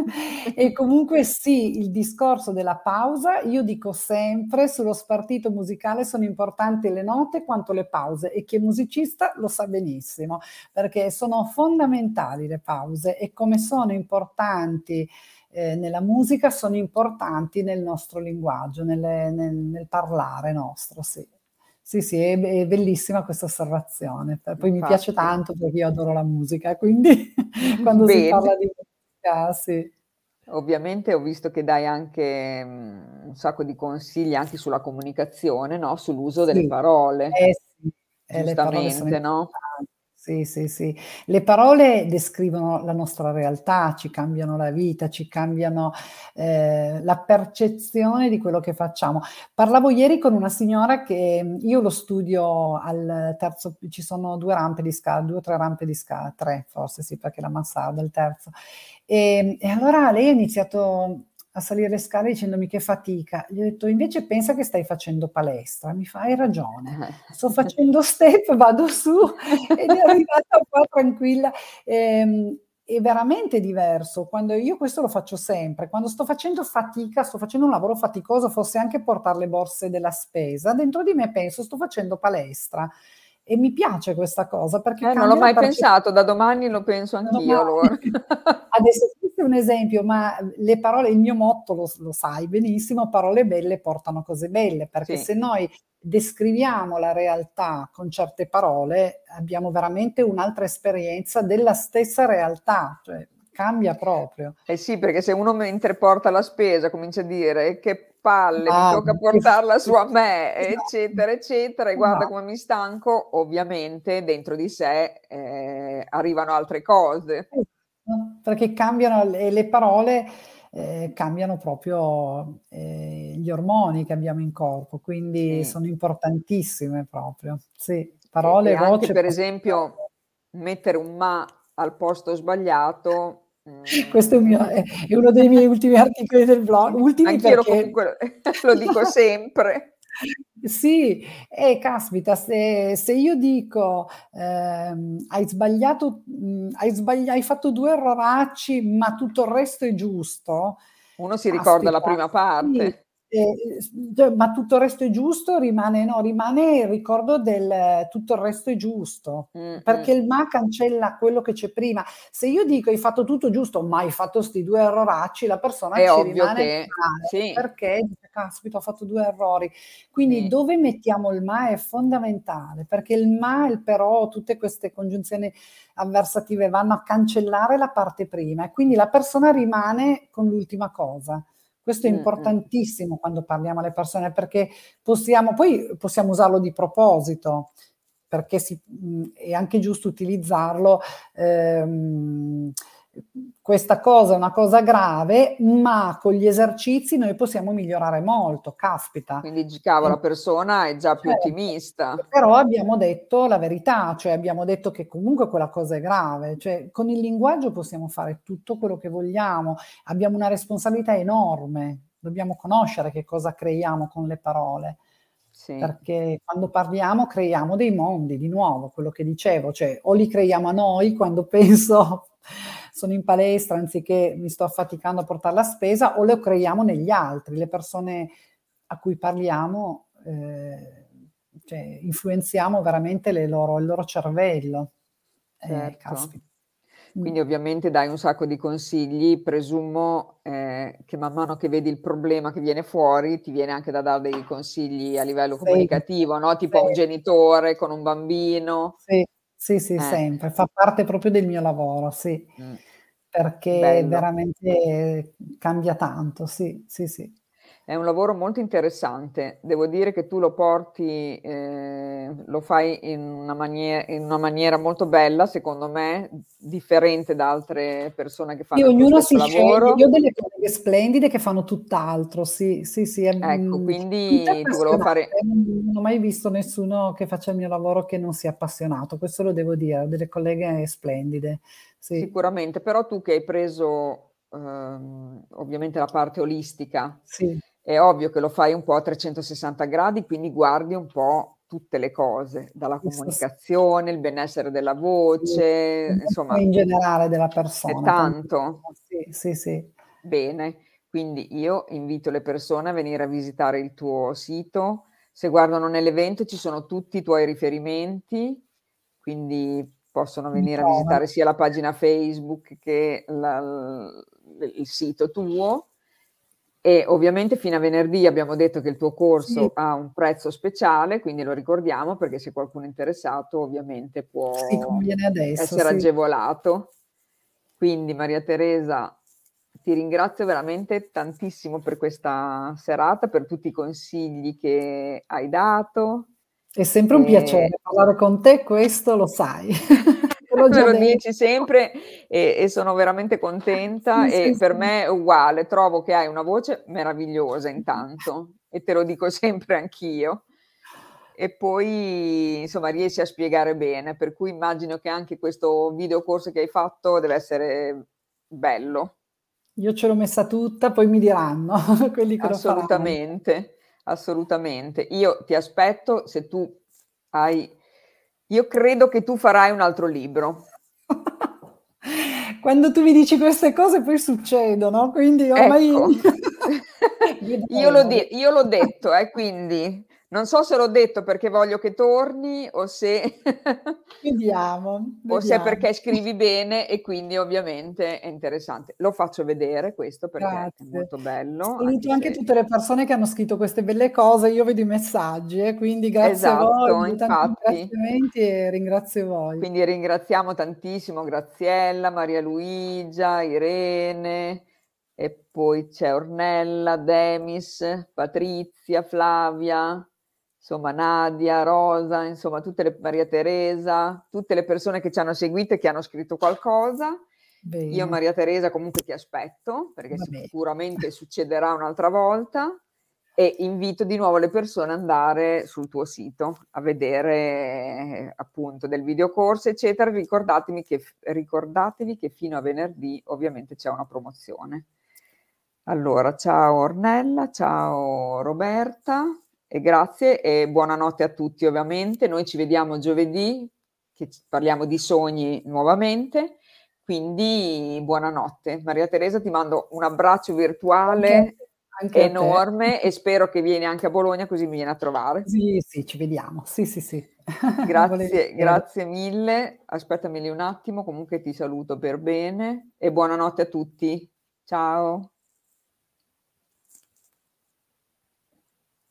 E comunque sì, il discorso della pausa, io dico sempre sullo spartito musicale sono importanti le note quanto le pause e chi è musicista lo sa benissimo, perché sono fondamentali le pause e come sono importanti, ehm, nella musica, sono importanti nel nostro linguaggio, nelle nel nel parlare nostro, sì. Sì, sì, è be è bellissima questa osservazione. P poi mi piace Infatti. tanto perché io adoro la musica, quindi quando si Bene. parla di musica sì. Ovviamente ho visto che dai anche, mhmm, un sacco di consigli anche sulla comunicazione, no, sull'uso delle Sì, parole. eh sì, eh le parole sono Giustamente, no? importanti. Sì, sì, sì. Le parole descrivono la nostra realtà, ci cambiano la vita, ci cambiano, ehm, la percezione di quello che facciamo. Parlavo ieri con una signora che mhmm, io lo studio al terzo p ci sono due rampe di sca due o tre rampe di sca tre forse sì, perché la mansarda è il terzo. Ehm, e allora lei ha iniziato a salire le scale dicendomi: "Che fatica". Gli ho detto: "Invece pensa che stai facendo palestra". Mi fa: "Hai ragione, sto facendo step, vado su ed è arrivata qua tranquilla". Ehm, è veramente diverso quando io questo lo faccio sempre, quando sto facendo fatica, sto facendo un lavoro faticoso, fosse anche portar le borse della spesa, dentro di me penso: "Sto facendo palestra". E mi piace questa cosa perché Eh, non l'ho cambia la mai percez pensato, da domani lo penso da anch'io domani. allora. Adesso questo è un esempio, ma, uhm, le parole il mio motto lo s lo sai benissimo, parole belle portano cose belle, perché Sì. se noi descriviamo la realtà con certe parole, abbiamo veramente un'altra esperienza della stessa realtà, cioè cambia proprio. Eh sì, perché se uno mentre porta la spesa comincia a dire: "Che palle, mi Ah, tocca che portarla su a me", esatto, eccetera, eccetera, e guarda esa come mi stanco, ovviamente dentro di sé, ehm, arrivano altre cose. Esatto, perché cambiano le le parole, ehm, cambiano proprio, ehm, gli ormoni che abbiamo in corpo, quindi Sì. sono importantissime proprio. Sì, E e parole, anche voce, per esempio mettere un "ma" al posto sbagliato, Questo è un mio mhmm è è uno dei miei ultimi articoli del blog, ultimi Anch'io lo perché comunque lo dico sempre. sì, eh caspita, se se io dico, ehm: "Hai sbagliato mhmm, hai sbaglia hai fatto due erroracci, ma tutto il resto è giusto", Uno si ricorda la caspita, prima sì, parte. ehm, s cioè, ma tutto il resto è giusto rimane no, rimane il ricordo del tutto il resto è giusto, perché Mh-mh. il "ma" cancella quello che c'è prima. Se io dico: "Hai fatto tutto giusto, ma hai fatto 'sti due erroracci", la persona È ci ovvio rimane che male, sì. perché dice: "Caspita, ho fatto due errori". Quindi Sì. dove mettiamo il "ma" è fondamentale, perché il "ma", il "però", tutte queste congiunzioni avversative vanno a cancellare la parte prima e quindi la persona rimane con l'ultima cosa. Questo è Mh-mh. importantissimo quando parliamo alle persone, perché possiamo poi possiamo usarlo di proposito, perché si mhmm, è anche giusto utilizzarlo, ehm, questa cosa è una cosa grave, ma con gli esercizi noi possiamo migliorare molto, caspita. Quindi dici: "Cavolo, E la persona è già più certo, e ottimista." però abbiamo detto la verità, cioè abbiamo detto che comunque quella cosa è grave, cioè con il linguaggio possiamo fare tutto quello che vogliamo, abbiamo una responsabilità enorme, dobbiamo conoscere che cosa creiamo con le parole, Sì. perché quando parliamo creiamo dei mondi, di nuovo, quello che dicevo, cioè o li creiamo a noi quando penso sono in palestra anziché mi sto affaticando a portar la spesa, o lo creiamo negli altri, le persone a cui parliamo, ehm, cioè influenziamo veramente le loro il loro cervello. Eh, Certo. caspi Mh. Quindi ovviamente dai un sacco di consigli, presumo, ehm, che man mano che vedi il problema che viene fuori, ti viene anche da dar dei consigli a livello Sempre, comunicativo, no, tipo a un sempre. genitore con un bambino. Sì, sì, sì, Eh. sempre. Fa parte proprio del mio lavoro, sì. Mh. Perché Bello. veramente cambia tanto, sì, sì, sì. È un lavoro molto interessante. Devo dire che tu lo porti ehm, lo fai in una manie in una maniera molto bella, secondo me, differente da altre persone che Sì, fanno il tuo ognuno stesso si sceglie. Io lavoro. ho delle colleghe splendide che fanno tutt'altro, sì, sì, sì, Ecco, ehm, tutte quindi ti volevo appassionate, fare non non ho mai visto nessuno che faccia il mio lavoro che non sia appassionato, questo lo devo dire, ho delle colleghe splendide, sì. Sicuramente, però tu che hai preso, uhm, ovviamente la parte olistica, Sì. è ovvio che lo fai un po' a trecentosessanta gradi, quindi guardi un po' tutte le cose, dalla Questo sì. comunicazione, il benessere della Sì, voce, comunque insomma in generale della è persona, tanto. tantissimo. Sì, sì, sì. Bene, quindi io invito le persone a venire a visitare il tuo sito. Se guardano nell'evento ci sono tutti i tuoi riferimenti, quindi possono Mi venire a trovano. visitare sia la pagina Facebook che la l il sito tuo. E ovviamente fino a venerdì abbiamo detto che il tuo Sì. corso ha un prezzo speciale, quindi lo ricordiamo perché se qualcuno è interessato ovviamente Sì, può conviene adesso, essere sì. agevolato. Quindi Maria Teresa, ti ringrazio veramente tantissimo per questa serata, per tutti i consigli che hai dato. È sempre un Ehm piacere parlare con te, questo lo sai. Te l'ho Me già lo detto. dici sempre e e sono veramente contenta Sì, sì, e per sì. me è uguale. Trovo che hai una voce meravigliosa intanto e te lo dico sempre anch'io. E poi insomma riesci a spiegare bene, per cui immagino che anche questo videocorso che hai fatto deve essere bello. Io ce l'ho messa tutta, poi mi diranno quelli che lo faranno. Assolutamente, assolutamente. Io ti aspetto se tu hai io credo che tu farai un altro libro. Quando tu mi dici queste cose poi succedono, quindi ormai Ecco. Io l'ho vedremo, de ve io l'ho detto eh, quindi non so se l'ho detto perché voglio che torni o se Vediamo, o se è vediamo. perché scrivi bene e quindi ovviamente è interessante. Lo faccio vedere questo perché è Grazie. molto bello, anche Saluto anche se tutte le persone che hanno scritto queste belle cose, io vedo i messaggi, eh, quindi grazie a voi, esatto, tanti infatti. ringraziamenti e ringrazio voi. Quindi ringraziamo tantissimo Graziella, Maria Luigia, Irene e poi c'è Ornella, Demis, Patrizia, Flavia, insomma Nadia, Rosa, insomma tutte le Maria Teresa, tutte le persone che ci hanno seguito e che hanno scritto qualcosa. Io Bene, Maria Teresa comunque ti aspetto, perché va bene. sicuramente succederà un'altra volta. E invito di nuovo le persone ad andare sul tuo sito a vedere appunto del videocorso, eccetera. Ricordatemi che f ricordatevi che fino a venerdì ovviamente c'è una promozione. Allora, ciao Ornella, ciao Roberta e grazie e buonanotte a tutti ovviamente. Noi ci vediamo giovedì che c parliamo di sogni nuovamente, quindi buonanotte. Maria Teresa ti mando un abbraccio Anche a virtuale te, anche a te. enorme e spero che vieni anche a Bologna così mi vieni a trovare. Sì, sì, ci vediamo. Sì, sì, sì. Grazie, Volentieri. grazie mille. Aspettami lì un attimo, comunque ti saluto per bene e buonanotte a tutti. Ciao.